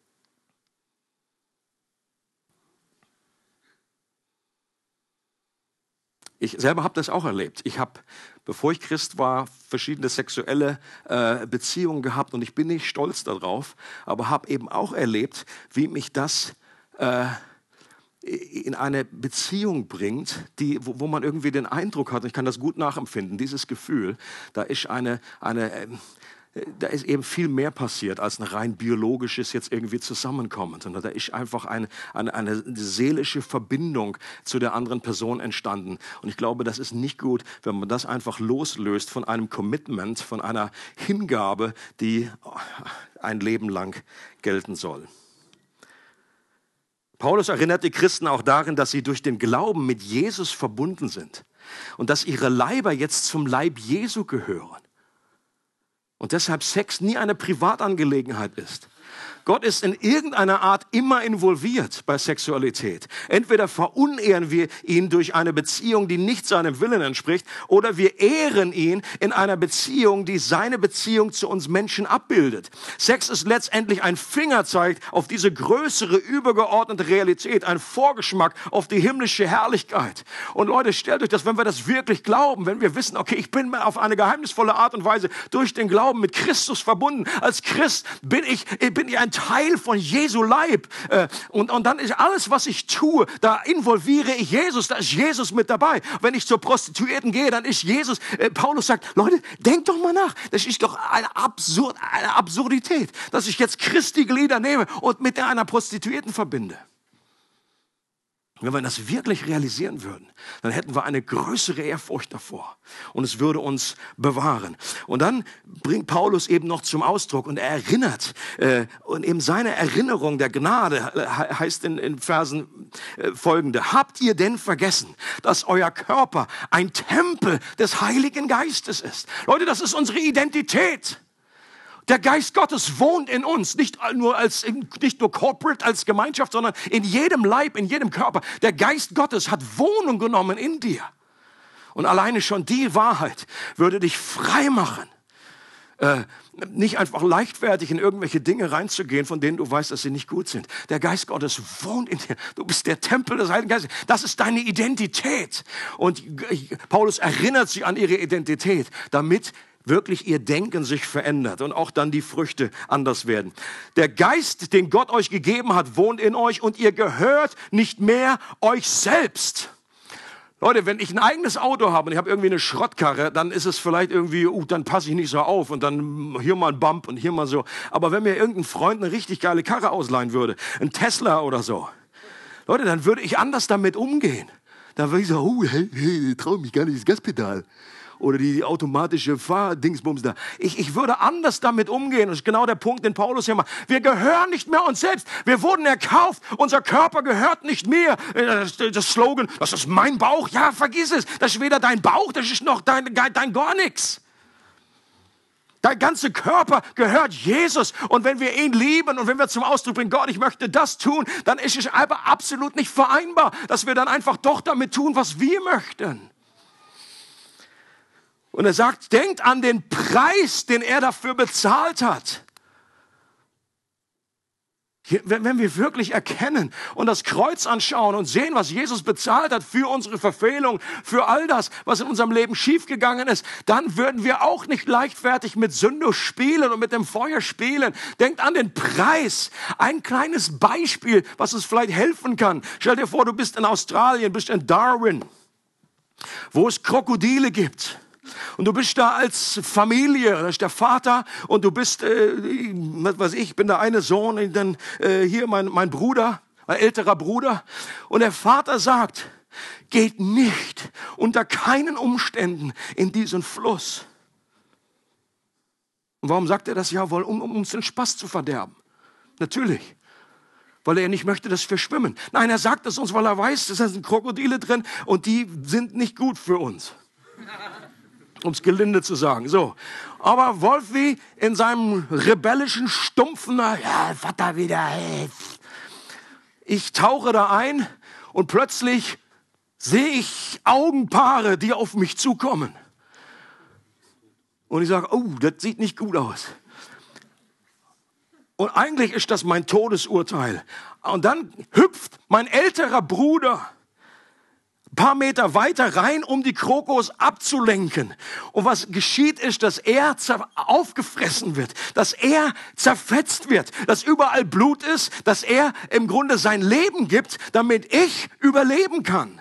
Speaker 2: Ich selber habe das auch erlebt. Ich habe, bevor ich Christ war, verschiedene sexuelle Beziehungen gehabt und ich bin nicht stolz darauf, aber habe eben auch erlebt, wie mich das in eine Beziehung bringt, wo man irgendwie den Eindruck hat, und ich kann das gut nachempfinden, dieses Gefühl, da ist da ist eben viel mehr passiert als ein rein biologisches jetzt irgendwie Zusammenkommen, sondern da ist einfach eine seelische Verbindung zu der anderen Person entstanden. Und ich glaube, das ist nicht gut, wenn man das einfach loslöst von einem Commitment, von einer Hingabe, die ein Leben lang gelten soll. Paulus erinnert die Christen auch darin, dass sie durch den Glauben mit Jesus verbunden sind und dass ihre Leiber jetzt zum Leib Jesu gehören. Und deshalb Sex nie eine Privatangelegenheit ist. Gott ist in irgendeiner Art immer involviert bei Sexualität. Entweder verunehren wir ihn durch eine Beziehung, die nicht seinem Willen entspricht, oder wir ehren ihn in einer Beziehung, die seine Beziehung zu uns Menschen abbildet. Sex ist letztendlich ein Fingerzeig auf diese größere, übergeordnete Realität, ein Vorgeschmack auf die himmlische Herrlichkeit. Und Leute, stellt euch das, wenn wir das wirklich glauben, wenn wir wissen, okay, ich bin auf eine geheimnisvolle Art und Weise durch den Glauben mit Christus verbunden. Als Christ bin bin ich ein Teil von Jesu Leib. Und dann ist alles, was ich tue, da involviere ich Jesus, da ist Jesus mit dabei. Wenn ich zur Prostituierten gehe, dann ist Jesus. Paulus sagt, Leute, denkt doch mal nach. Das ist doch eine Absurdität, dass ich jetzt Christi Glieder nehme und mit einer Prostituierten verbinde. Wenn wir das wirklich realisieren würden, dann hätten wir eine größere Ehrfurcht davor und es würde uns bewahren. Und dann bringt Paulus eben noch zum Ausdruck und er erinnert, und eben seine Erinnerung der Gnade heißt in Versen folgende: Habt ihr denn vergessen, dass euer Körper ein Tempel des Heiligen Geistes ist? Leute, das ist unsere Identität. Der Geist Gottes wohnt in uns, nicht nur corporate als Gemeinschaft, sondern in jedem Leib, in jedem Körper. Der Geist Gottes hat Wohnung genommen in dir. Und alleine schon die Wahrheit würde dich frei machen, nicht einfach leichtfertig in irgendwelche Dinge reinzugehen, von denen du weißt, dass sie nicht gut sind. Der Geist Gottes wohnt in dir. Du bist der Tempel des Heiligen Geistes. Das ist deine Identität. Und Paulus erinnert sie an ihre Identität, damit wirklich ihr Denken sich verändert und auch dann die Früchte anders werden. Der Geist, den Gott euch gegeben hat, wohnt in euch und ihr gehört nicht mehr euch selbst. Leute, wenn ich ein eigenes Auto habe und ich habe irgendwie eine Schrottkarre, dann ist es vielleicht irgendwie, dann passe ich nicht so auf und dann hier mal ein Bump und hier mal so. Aber wenn mir irgendein Freund eine richtig geile Karre ausleihen würde, ein Tesla oder so, Leute, dann würde ich anders damit umgehen. Dann würde ich sagen, ich traue mich gar nicht, das Gaspedal. Oder die automatische Fahrdingsbums da. Ich würde anders damit umgehen. Das ist genau der Punkt, den Paulus hier macht. Wir gehören nicht mehr uns selbst. Wir wurden erkauft. Unser Körper gehört nicht mehr. Das Slogan, das ist mein Bauch. Ja, vergiss es. Das ist weder dein Bauch, das ist noch dein gar nichts. Dein ganzer Körper gehört Jesus. Und wenn wir ihn lieben und wenn wir zum Ausdruck bringen, Gott, ich möchte das tun, dann ist es aber absolut nicht vereinbar, dass wir dann einfach doch damit tun, was wir möchten. Und er sagt, denkt an den Preis, den er dafür bezahlt hat. Wenn wir wirklich erkennen und das Kreuz anschauen und sehen, was Jesus bezahlt hat für unsere Verfehlung, für all das, was in unserem Leben schiefgegangen ist, dann würden wir auch nicht leichtfertig mit Sünde spielen und mit dem Feuer spielen. Denkt an den Preis. Ein kleines Beispiel, was uns vielleicht helfen kann. Stell dir vor, du bist in Australien, bist in Darwin, wo es Krokodile gibt. Und du bist da als Familie, da ist der Vater und du bist, was weiß ich bin der eine Sohn, und dann hier mein Bruder, mein älterer Bruder. Und der Vater sagt, geht nicht unter keinen Umständen in diesen Fluss. Und warum sagt er das? Ja, wohl, um uns den Spaß zu verderben. Natürlich. Weil er nicht möchte, dass wir schwimmen. Nein, er sagt es uns, weil er weiß, da sind Krokodile drin und die sind nicht gut für uns. Um es gelinde zu sagen. So. Aber Wolfi in seinem rebellischen, stumpfen, ja, Vater wieder, hey. Ich tauche da ein und plötzlich sehe ich Augenpaare, die auf mich zukommen. Und ich sage, oh, das sieht nicht gut aus. Und eigentlich ist das mein Todesurteil. Und dann hüpft mein älterer Bruder paar Meter weiter rein, um die Krokos abzulenken. Und was geschieht ist, dass er aufgefressen wird, dass er zerfetzt wird, dass überall Blut ist, dass er im Grunde sein Leben gibt, damit ich überleben kann.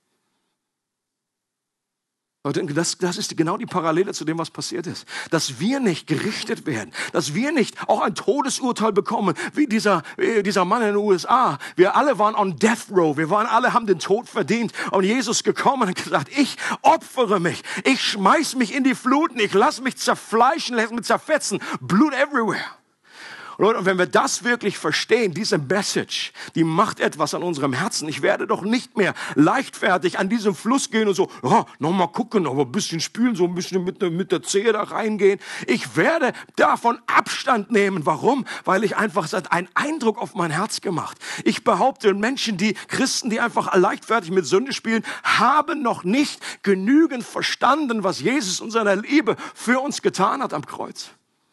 Speaker 2: Das ist genau die Parallele zu dem, was passiert ist. Dass wir nicht gerichtet werden, dass wir nicht auch ein Todesurteil bekommen, wie dieser Mann in den USA. Wir alle waren on death row, haben den Tod verdient. Und Jesus gekommen und gesagt, ich opfere mich, ich schmeiß mich in die Fluten, ich lasse mich zerfleischen, lasse mich zerfetzen, Blut everywhere. Leute, und wenn wir das wirklich verstehen, diese Message, die macht etwas an unserem Herzen. Ich werde doch nicht mehr leichtfertig an diesem Fluss gehen und so, ja, nochmal gucken, aber ein bisschen spülen, so ein bisschen mit der Zehe da reingehen. Ich werde davon Abstand nehmen. Warum? Weil ich einfach, es hat einen Eindruck auf mein Herz gemacht. Ich behaupte, Christen, die einfach leichtfertig mit Sünde spielen, haben noch nicht genügend verstanden, was Jesus in seiner Liebe für uns getan hat am Kreuz.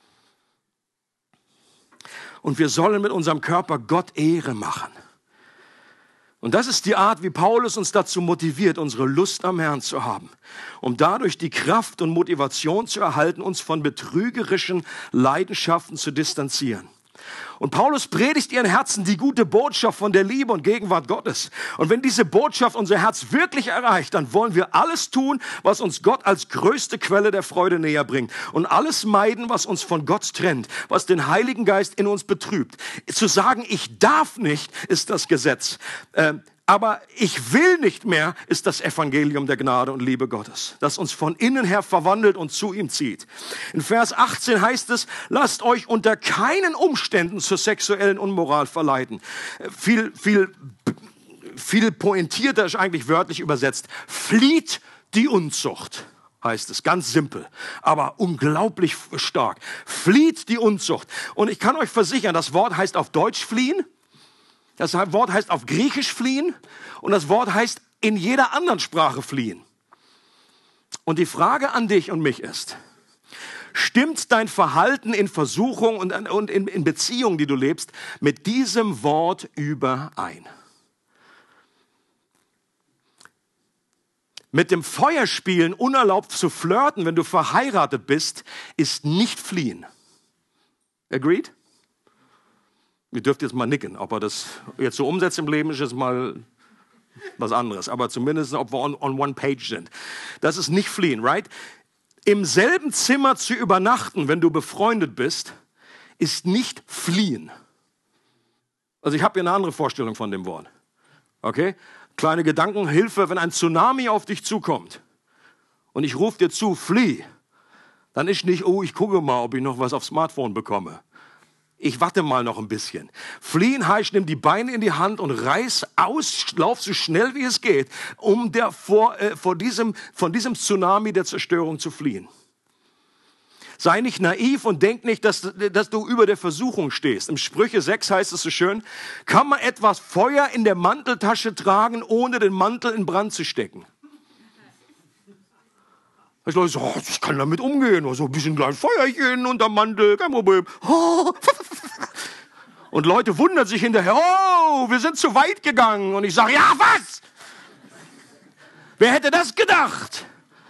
Speaker 2: Und wir sollen mit unserem Körper Gott Ehre machen. Und das ist die Art, wie Paulus uns dazu motiviert, unsere Lust am Herrn zu haben, um dadurch die Kraft und Motivation zu erhalten, uns von betrügerischen Leidenschaften zu distanzieren. Und Paulus predigt ihren Herzen die gute Botschaft von der Liebe und Gegenwart Gottes. Und wenn diese Botschaft unser Herz wirklich erreicht, dann wollen wir alles tun, was uns Gott als größte Quelle der Freude näher bringt. Und alles meiden, was uns von Gott trennt, was den Heiligen Geist in uns betrübt. Zu sagen, ich darf nicht, ist das Gesetz. Aber ich will nicht mehr, ist das Evangelium der Gnade und Liebe Gottes, das uns von innen her verwandelt und zu ihm zieht. In Vers 18 heißt es, lasst euch unter keinen Umständen zur sexuellen Unmoral verleiten. Viel pointierter ist eigentlich wörtlich übersetzt. Flieht die Unzucht, heißt es, ganz simpel, aber unglaublich stark. Flieht die Unzucht. Und ich kann euch versichern, das Wort heißt auf Deutsch fliehen. Das Wort heißt auf Griechisch fliehen und das Wort heißt in jeder anderen Sprache fliehen. Und die Frage an dich und mich ist, stimmt dein Verhalten in Versuchung und in Beziehungen, die du lebst, mit diesem Wort überein? Mit dem Feuerspielen unerlaubt zu flirten, wenn du verheiratet bist, ist nicht fliehen. Agreed? Ihr dürft jetzt mal nicken. Ob er das jetzt so umsetzt im Leben, ist jetzt mal was anderes. Aber zumindest, ob wir on one page sind. Das ist nicht fliehen, right? Im selben Zimmer zu übernachten, wenn du befreundet bist, ist nicht fliehen. Also ich habe hier eine andere Vorstellung von dem Wort. Okay? Kleine Gedankenhilfe, wenn ein Tsunami auf dich zukommt und ich rufe dir zu, flieh, dann ist nicht, oh, ich gucke mal, ob ich noch was aufs Smartphone bekomme. Ich warte mal noch ein bisschen. Fliehen heißt, nimm die Beine in die Hand und reiß aus, lauf so schnell wie es geht, um von diesem Tsunami der Zerstörung zu fliehen. Sei nicht naiv und denk nicht, dass du über der Versuchung stehst. Im Sprüche 6 heißt es so schön, kann man etwas Feuer in der Manteltasche tragen, ohne den Mantel in Brand zu stecken? Ich Leute so, ich kann damit umgehen, so ein bisschen klein Feuerchen unter Mantel, kein Problem. Und Leute wundern sich hinterher, oh, wir sind zu weit gegangen. Und ich sage, ja, was? Wer hätte das gedacht?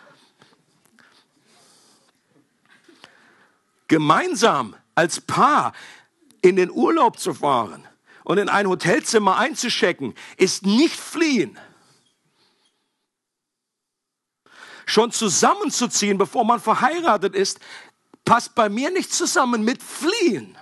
Speaker 2: Gemeinsam als Paar in den Urlaub zu fahren und in ein Hotelzimmer einzuchecken, ist nicht fliehen. Schon zusammenzuziehen, bevor man verheiratet ist, passt bei mir nicht zusammen mit fliehen.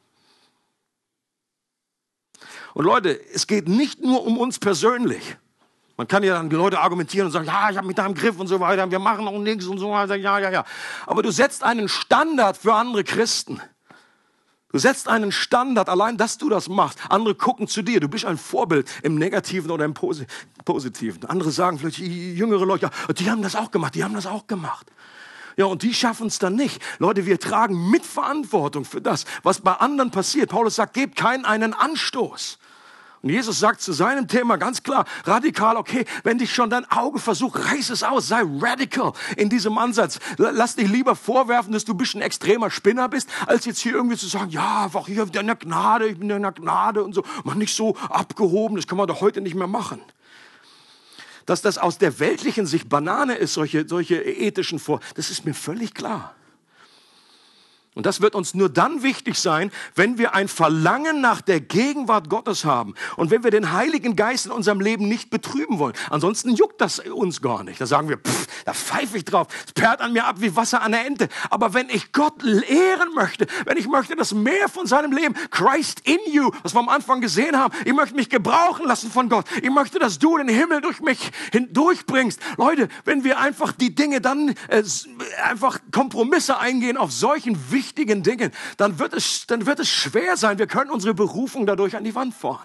Speaker 2: Und Leute, es geht nicht nur um uns persönlich. Man kann ja dann die Leute argumentieren und sagen, ja, ich habe mich da im Griff und so weiter, wir machen auch nichts und so weiter, ja. Aber du setzt einen Standard für andere Christen. Du setzt einen Standard, allein, dass du das machst. Andere gucken zu dir. Du bist ein Vorbild im Negativen oder im Positiven. Andere sagen vielleicht, jüngere Leute, ja, die haben das auch gemacht, Ja, und die schaffen es dann nicht. Leute, wir tragen Mitverantwortung für das, was bei anderen passiert. Paulus sagt, gebt keinen einen Anstoß. Und Jesus sagt zu seinem Thema ganz klar, radikal, okay, wenn dich schon dein Auge versucht, reiß es aus, sei radical in diesem Ansatz. Lass dich lieber vorwerfen, dass du ein bisschen extremer Spinner bist, als jetzt hier irgendwie zu sagen, ja, einfach hier in der Gnade, ich bin in der Gnade und so. Mach nicht so abgehoben, das kann man doch heute nicht mehr machen. Dass das aus der weltlichen Sicht Banane ist, solche ethischen das ist mir völlig klar. Und das wird uns nur dann wichtig sein, wenn wir ein Verlangen nach der Gegenwart Gottes haben und wenn wir den Heiligen Geist in unserem Leben nicht betrüben wollen. Ansonsten juckt das uns gar nicht. Da sagen wir, da pfeife ich drauf, es perlt an mir ab wie Wasser an der Ente. Aber wenn ich Gott ehren möchte, wenn ich möchte, dass mehr von seinem Leben, Christ in you, was wir am Anfang gesehen haben, ich möchte mich gebrauchen lassen von Gott. Ich möchte, dass du den Himmel durch mich hindurchbringst. Leute, wenn wir einfach die Dinge dann einfach Kompromisse eingehen auf solchen wichtigen Dingen, dann wird es schwer sein. Wir können unsere Berufung dadurch an die Wand fahren.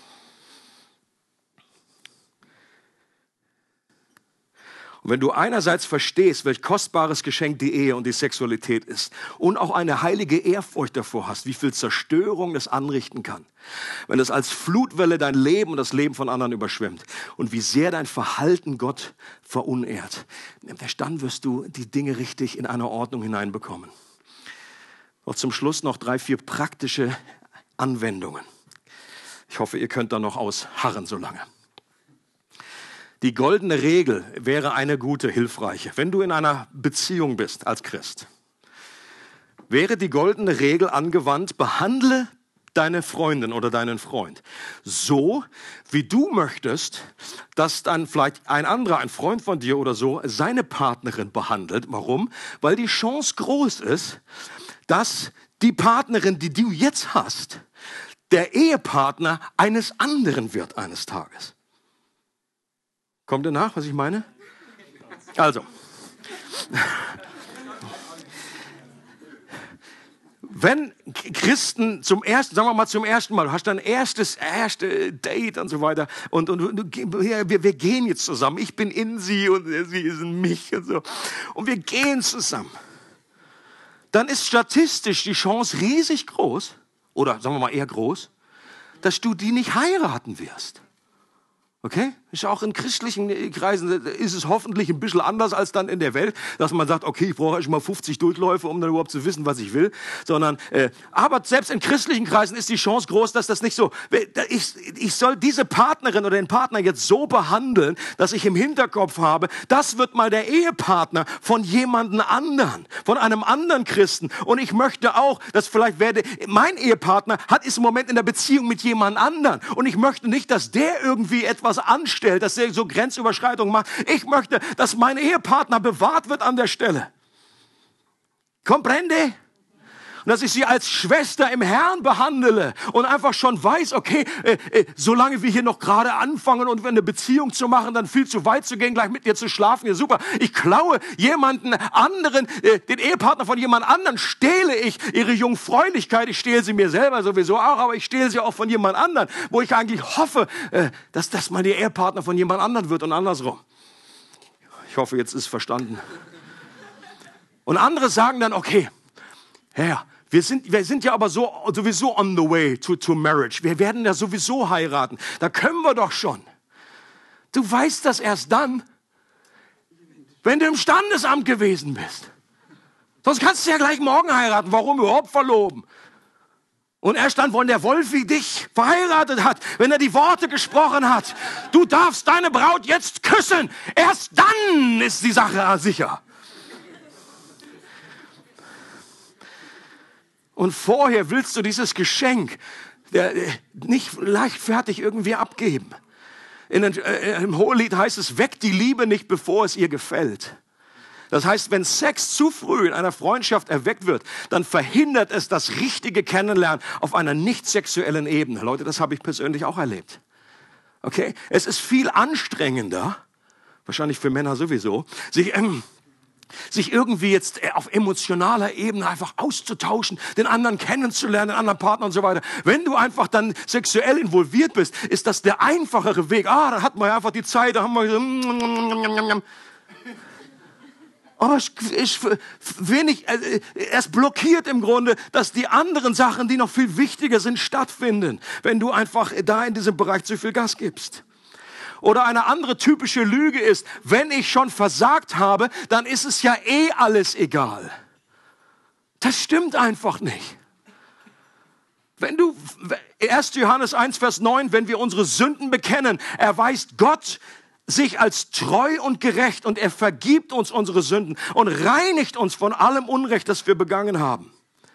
Speaker 2: Und wenn du einerseits verstehst, welch kostbares Geschenk die Ehe und die Sexualität ist und auch eine heilige Ehrfurcht davor hast, wie viel Zerstörung das anrichten kann, wenn es als Flutwelle dein Leben und das Leben von anderen überschwemmt und wie sehr dein Verhalten Gott verunehrt, dann wirst du die Dinge richtig in eine Ordnung hineinbekommen. Und zum Schluss noch 3, 4 praktische Anwendungen. Ich hoffe, ihr könnt da noch ausharren so lange. Die goldene Regel wäre eine gute, hilfreiche. Wenn du in einer Beziehung bist als Christ wäre die goldene Regel angewandt, behandle deine Freundin oder deinen Freund so, wie du möchtest, dass dann vielleicht ein anderer, ein Freund von dir oder so, seine Partnerin behandelt. Warum? Weil die Chance groß ist, dass die Partnerin, die du jetzt hast, der Ehepartner eines anderen wird eines Tages. Kommt ihr nach, was ich meine? Also, wenn Christen sagen wir mal zum ersten Mal, du hast dein erste Date und so weiter und wir gehen jetzt zusammen, ich bin in sie und sie ist in mich und so und wir gehen zusammen, dann ist statistisch die Chance riesig groß, oder sagen wir mal eher groß, dass du die nicht heiraten wirst. Okay? Ist auch in christlichen Kreisen ist es hoffentlich ein bisschen anders als dann in der Welt, dass man sagt, okay, ich brauche erst mal 50 Durchläufe, um dann überhaupt zu wissen, was ich will. Aber selbst in christlichen Kreisen ist die Chance groß, dass das nicht so, ich soll diese Partnerin oder den Partner jetzt so behandeln, dass ich im Hinterkopf habe, das wird mal der Ehepartner von jemandem anderen, von einem anderen Christen. Und ich möchte auch, dass vielleicht mein Ehepartner ist im Moment in der Beziehung mit jemand anderen. Und ich möchte nicht, dass der irgendwie etwas anstellt, dass er so Grenzüberschreitungen macht. Ich möchte, dass mein Ehepartner bewahrt wird an der Stelle. Comprende? Und dass ich sie als Schwester im Herrn behandle und einfach schon weiß, okay, solange wir hier noch gerade anfangen und eine Beziehung zu machen, dann viel zu weit zu gehen, gleich mit dir zu schlafen, ja super. Ich klaue jemanden anderen, den Ehepartner von jemand anderen, stehle ich ihre Jungfräulichkeit, ich stehle sie mir selber sowieso auch, aber ich stehle sie auch von jemand anderen, wo ich eigentlich hoffe, dass das mal der Ehepartner von jemand anderen wird und andersrum. Ich hoffe, jetzt ist verstanden. Und andere sagen dann, okay, Herr, wir sind ja aber sowieso on the way to marriage. Wir werden ja sowieso heiraten. Da können wir doch schon. Du weißt das erst dann, wenn du im Standesamt gewesen bist. Sonst kannst du ja gleich morgen heiraten. Warum überhaupt verloben? Und erst dann, wenn der Wolfi dich verheiratet hat, wenn er die Worte gesprochen hat, du darfst deine Braut jetzt küssen. Erst dann ist die Sache sicher. Und vorher willst du dieses Geschenk nicht leichtfertig irgendwie abgeben. Im Hohelied heißt es, weckt die Liebe nicht, bevor es ihr gefällt. Das heißt, wenn Sex zu früh in einer Freundschaft erweckt wird, dann verhindert es das richtige Kennenlernen auf einer nicht sexuellen Ebene. Leute, das habe ich persönlich auch erlebt. Okay? Es ist viel anstrengender, wahrscheinlich für Männer sowieso, sich irgendwie jetzt auf emotionaler Ebene einfach auszutauschen, den anderen kennenzulernen, den anderen Partner und so weiter. Wenn du einfach dann sexuell involviert bist, ist das der einfachere Weg. Da hat man ja einfach die Zeit, da haben wir so aber es blockiert im Grunde, dass die anderen Sachen, die noch viel wichtiger sind, stattfinden, wenn du einfach da in diesem Bereich zu viel Gas gibst. Oder eine andere typische Lüge ist, wenn ich schon versagt habe, dann ist es ja alles egal. Das stimmt einfach nicht. 1. Johannes 1, Vers 9, wenn wir unsere Sünden bekennen, erweist Gott sich als treu und gerecht und er vergibt uns unsere Sünden und reinigt uns von allem Unrecht, das wir begangen haben.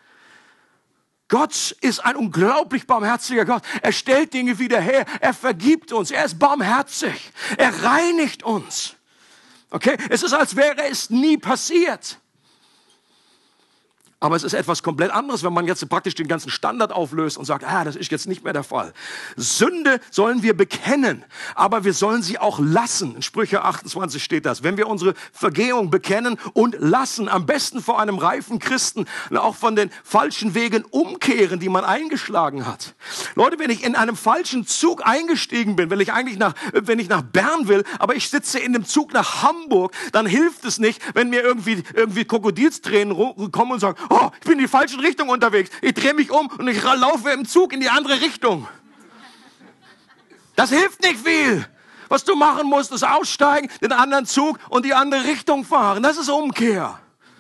Speaker 2: Gott ist ein unglaublich barmherziger Gott. Er stellt Dinge wieder her. Er vergibt uns. Er ist barmherzig. Er reinigt uns. Okay? Es ist, als wäre es nie passiert. Aber es ist etwas komplett anderes, wenn man jetzt praktisch den ganzen Standard auflöst und sagt, das ist jetzt nicht mehr der Fall. Sünde sollen wir bekennen, aber wir sollen sie auch lassen. In Sprüche 28 steht das. Wenn wir unsere Vergehung bekennen und lassen, am besten vor einem reifen Christen, auch von den falschen Wegen umkehren, die man eingeschlagen hat. Leute, wenn ich in einem falschen Zug eingestiegen bin, wenn ich nach Bern will, aber ich sitze in dem Zug nach Hamburg, dann hilft es nicht, wenn mir irgendwie Krokodilstränen kommen und sagen, ich bin in die falsche Richtung unterwegs. Ich drehe mich um und ich laufe im Zug in die andere Richtung. Das hilft nicht viel. Was du machen musst, ist aussteigen, den anderen Zug und die andere Richtung fahren. Das ist Umkehr.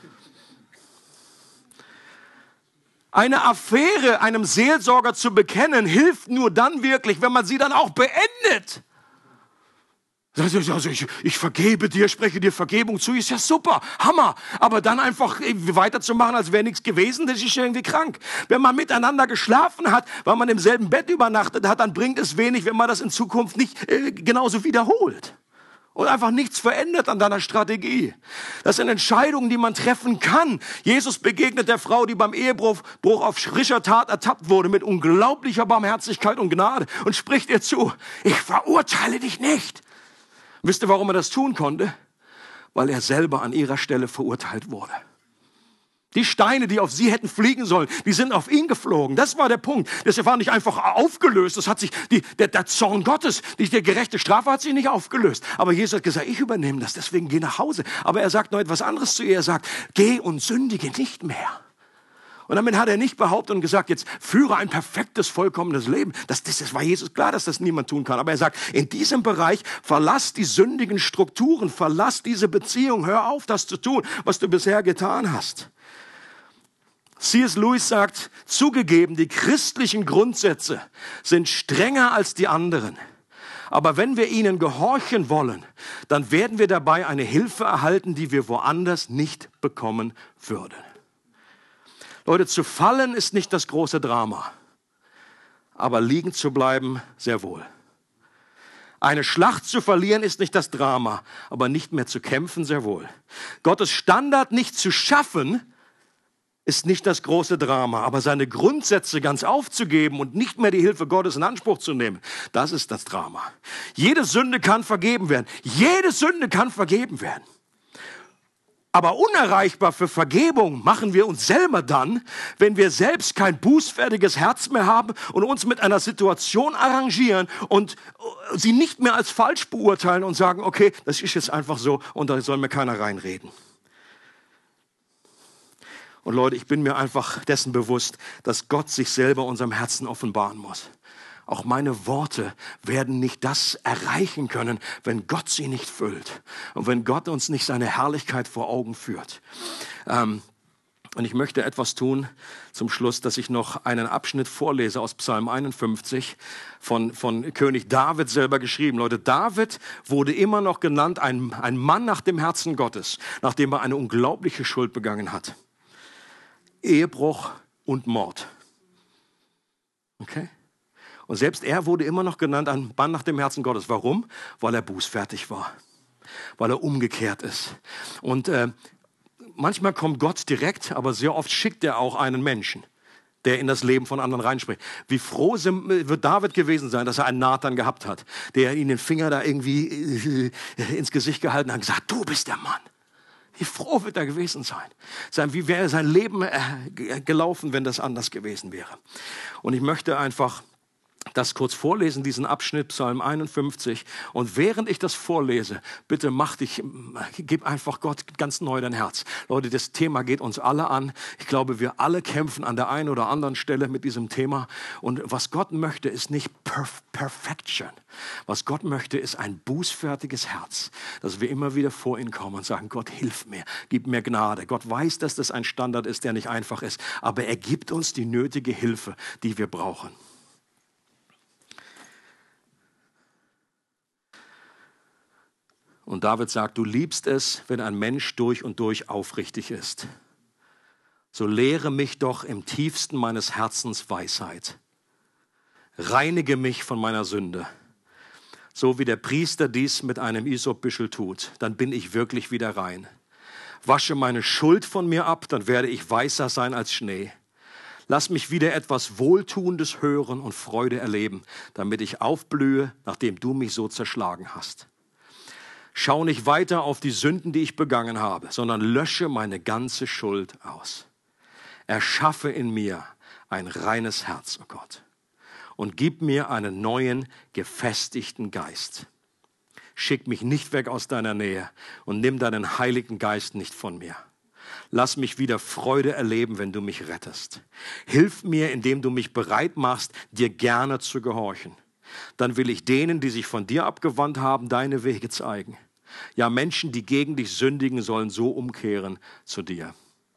Speaker 2: Eine Affäre einem Seelsorger zu bekennen, hilft nur dann wirklich, wenn man sie dann auch beendet. Also ich vergebe dir, spreche dir Vergebung zu, ist ja super, Hammer. Aber dann einfach weiterzumachen, als wäre nichts gewesen, das ist irgendwie krank. Wenn man miteinander geschlafen hat, weil man im selben Bett übernachtet hat, dann bringt es wenig, wenn man das in Zukunft nicht genauso wiederholt. Und einfach nichts verändert an deiner Strategie. Das sind Entscheidungen, die man treffen kann. Jesus begegnet der Frau, die beim Ehebruch auf frischer Tat ertappt wurde, mit unglaublicher Barmherzigkeit und Gnade und spricht ihr zu, ich verurteile dich nicht. Wisst ihr, warum er das tun konnte? Weil er selber an ihrer Stelle verurteilt wurde. Die Steine, die auf sie hätten fliegen sollen, die sind auf ihn geflogen. Das war der Punkt. Das war nicht einfach aufgelöst. Das hat sich, der Zorn Gottes, die gerechte Strafe hat sich nicht aufgelöst. Aber Jesus hat gesagt, ich übernehme das, deswegen geh nach Hause. Aber er sagt noch etwas anderes zu ihr. Er sagt, geh und sündige nicht mehr. Und damit hat er nicht behauptet und gesagt, jetzt führe ein perfektes, vollkommenes Leben. Das war Jesus klar, dass das niemand tun kann. Aber er sagt, in diesem Bereich verlass die sündigen Strukturen, verlass diese Beziehung, hör auf, das zu tun, was du bisher getan hast. C.S. Lewis sagt, zugegeben, die christlichen Grundsätze sind strenger als die anderen. Aber wenn wir ihnen gehorchen wollen, dann werden wir dabei eine Hilfe erhalten, die wir woanders nicht bekommen würden. Leute, zu fallen ist nicht das große Drama, aber liegen zu bleiben sehr wohl. Eine Schlacht zu verlieren ist nicht das Drama, aber nicht mehr zu kämpfen sehr wohl. Gottes Standard nicht zu schaffen ist nicht das große Drama, aber seine Grundsätze ganz aufzugeben und nicht mehr die Hilfe Gottes in Anspruch zu nehmen, das ist das Drama. Jede Sünde kann vergeben werden. Jede Sünde kann vergeben werden. Aber unerreichbar für Vergebung machen wir uns selber dann, wenn wir selbst kein bußfertiges Herz mehr haben und uns mit einer Situation arrangieren und sie nicht mehr als falsch beurteilen und sagen, okay, das ist jetzt einfach so und da soll mir keiner reinreden. Und Leute, ich bin mir einfach dessen bewusst, dass Gott sich selber unserem Herzen offenbaren muss. Auch meine Worte werden nicht das erreichen können, wenn Gott sie nicht füllt und wenn Gott uns nicht seine Herrlichkeit vor Augen führt. Und ich möchte etwas tun zum Schluss, dass ich noch einen Abschnitt vorlese aus Psalm 51 von König David selber geschrieben. Leute, David wurde immer noch genannt ein Mann nach dem Herzen Gottes, nachdem er eine unglaubliche Schuld begangen hat. Ehebruch und Mord. Okay? Und selbst er wurde immer noch genannt ein Mann nach dem Herzen Gottes. Warum? Weil er bußfertig war. Weil er umgekehrt ist. Und manchmal kommt Gott direkt, aber sehr oft schickt er auch einen Menschen, der in das Leben von anderen reinspricht. Wie froh wird David gewesen sein, dass er einen Nathan gehabt hat, der ihm den Finger da irgendwie ins Gesicht gehalten hat und gesagt, du bist der Mann. Wie froh wird er gewesen sein. Wie wäre sein Leben gelaufen, wenn das anders gewesen wäre. Und ich möchte einfach das kurz vorlesen, diesen Abschnitt, Psalm 51. Und während ich das vorlese, bitte gib einfach Gott ganz neu dein Herz. Leute, das Thema geht uns alle an. Ich glaube, wir alle kämpfen an der einen oder anderen Stelle mit diesem Thema. Und was Gott möchte, ist nicht Perfection. Was Gott möchte, ist ein bußfertiges Herz, dass wir immer wieder vor ihn kommen und sagen, Gott, hilf mir, gib mir Gnade. Gott weiß, dass das ein Standard ist, der nicht einfach ist, aber er gibt uns die nötige Hilfe, die wir brauchen. Und David sagt, du liebst es, wenn ein Mensch durch und durch aufrichtig ist. So lehre mich doch im tiefsten meines Herzens Weisheit. Reinige mich von meiner Sünde. So wie der Priester dies mit einem Isopbüschel tut, dann bin ich wirklich wieder rein. Wasche meine Schuld von mir ab, dann werde ich weißer sein als Schnee. Lass mich wieder etwas Wohltuendes hören und Freude erleben, damit ich aufblühe, nachdem du mich so zerschlagen hast. Schau nicht weiter auf die Sünden, die ich begangen habe, sondern lösche meine ganze Schuld aus. Erschaffe in mir ein reines Herz, oh Gott, und gib mir einen neuen, gefestigten Geist. Schick mich nicht weg aus deiner Nähe und nimm deinen Heiligen Geist nicht von mir. Lass mich wieder Freude erleben, wenn du mich rettest. Hilf mir, indem du mich bereit machst, dir gerne zu gehorchen. Dann will ich denen, die sich von dir abgewandt haben, deine Wege zeigen. Ja, Menschen, die gegen dich sündigen, sollen so umkehren zu dir.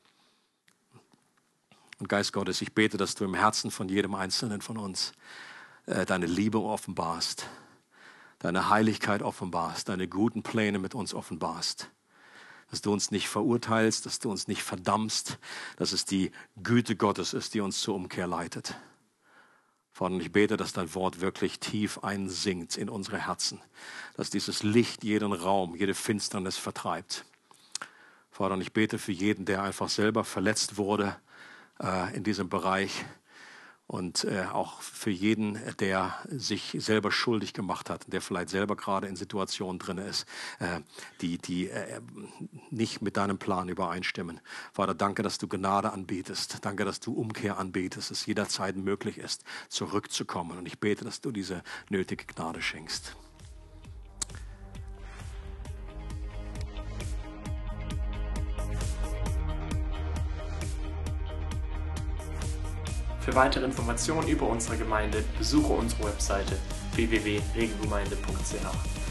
Speaker 2: Und Geist Gottes, ich bete, dass du im Herzen von jedem Einzelnen von uns deine Liebe offenbarst. deine Heiligkeit offenbarst, deine guten Pläne mit uns offenbarst. Dass du uns nicht verurteilst, dass du uns nicht verdammst, dass es die Güte Gottes ist, die uns zur Umkehr leitet. Vater, und ich bete, dass dein Wort wirklich tief einsinkt in unsere Herzen, dass dieses Licht jeden Raum, jede Finsternis vertreibt. Vater, und ich bete für jeden, der einfach selber verletzt wurde in diesem Bereich und auch für jeden, der sich selber schuldig gemacht hat, der vielleicht selber gerade in Situationen drin ist, die nicht mit deinem Plan übereinstimmen. Vater, danke, dass du Gnade anbietest. Danke, dass du Umkehr anbietest, dass es jederzeit möglich ist, zurückzukommen. Und ich bete, dass du diese nötige Gnade schenkst.
Speaker 1: Für weitere Informationen über unsere Gemeinde besuche unsere Webseite www.regelgemeinde.ch.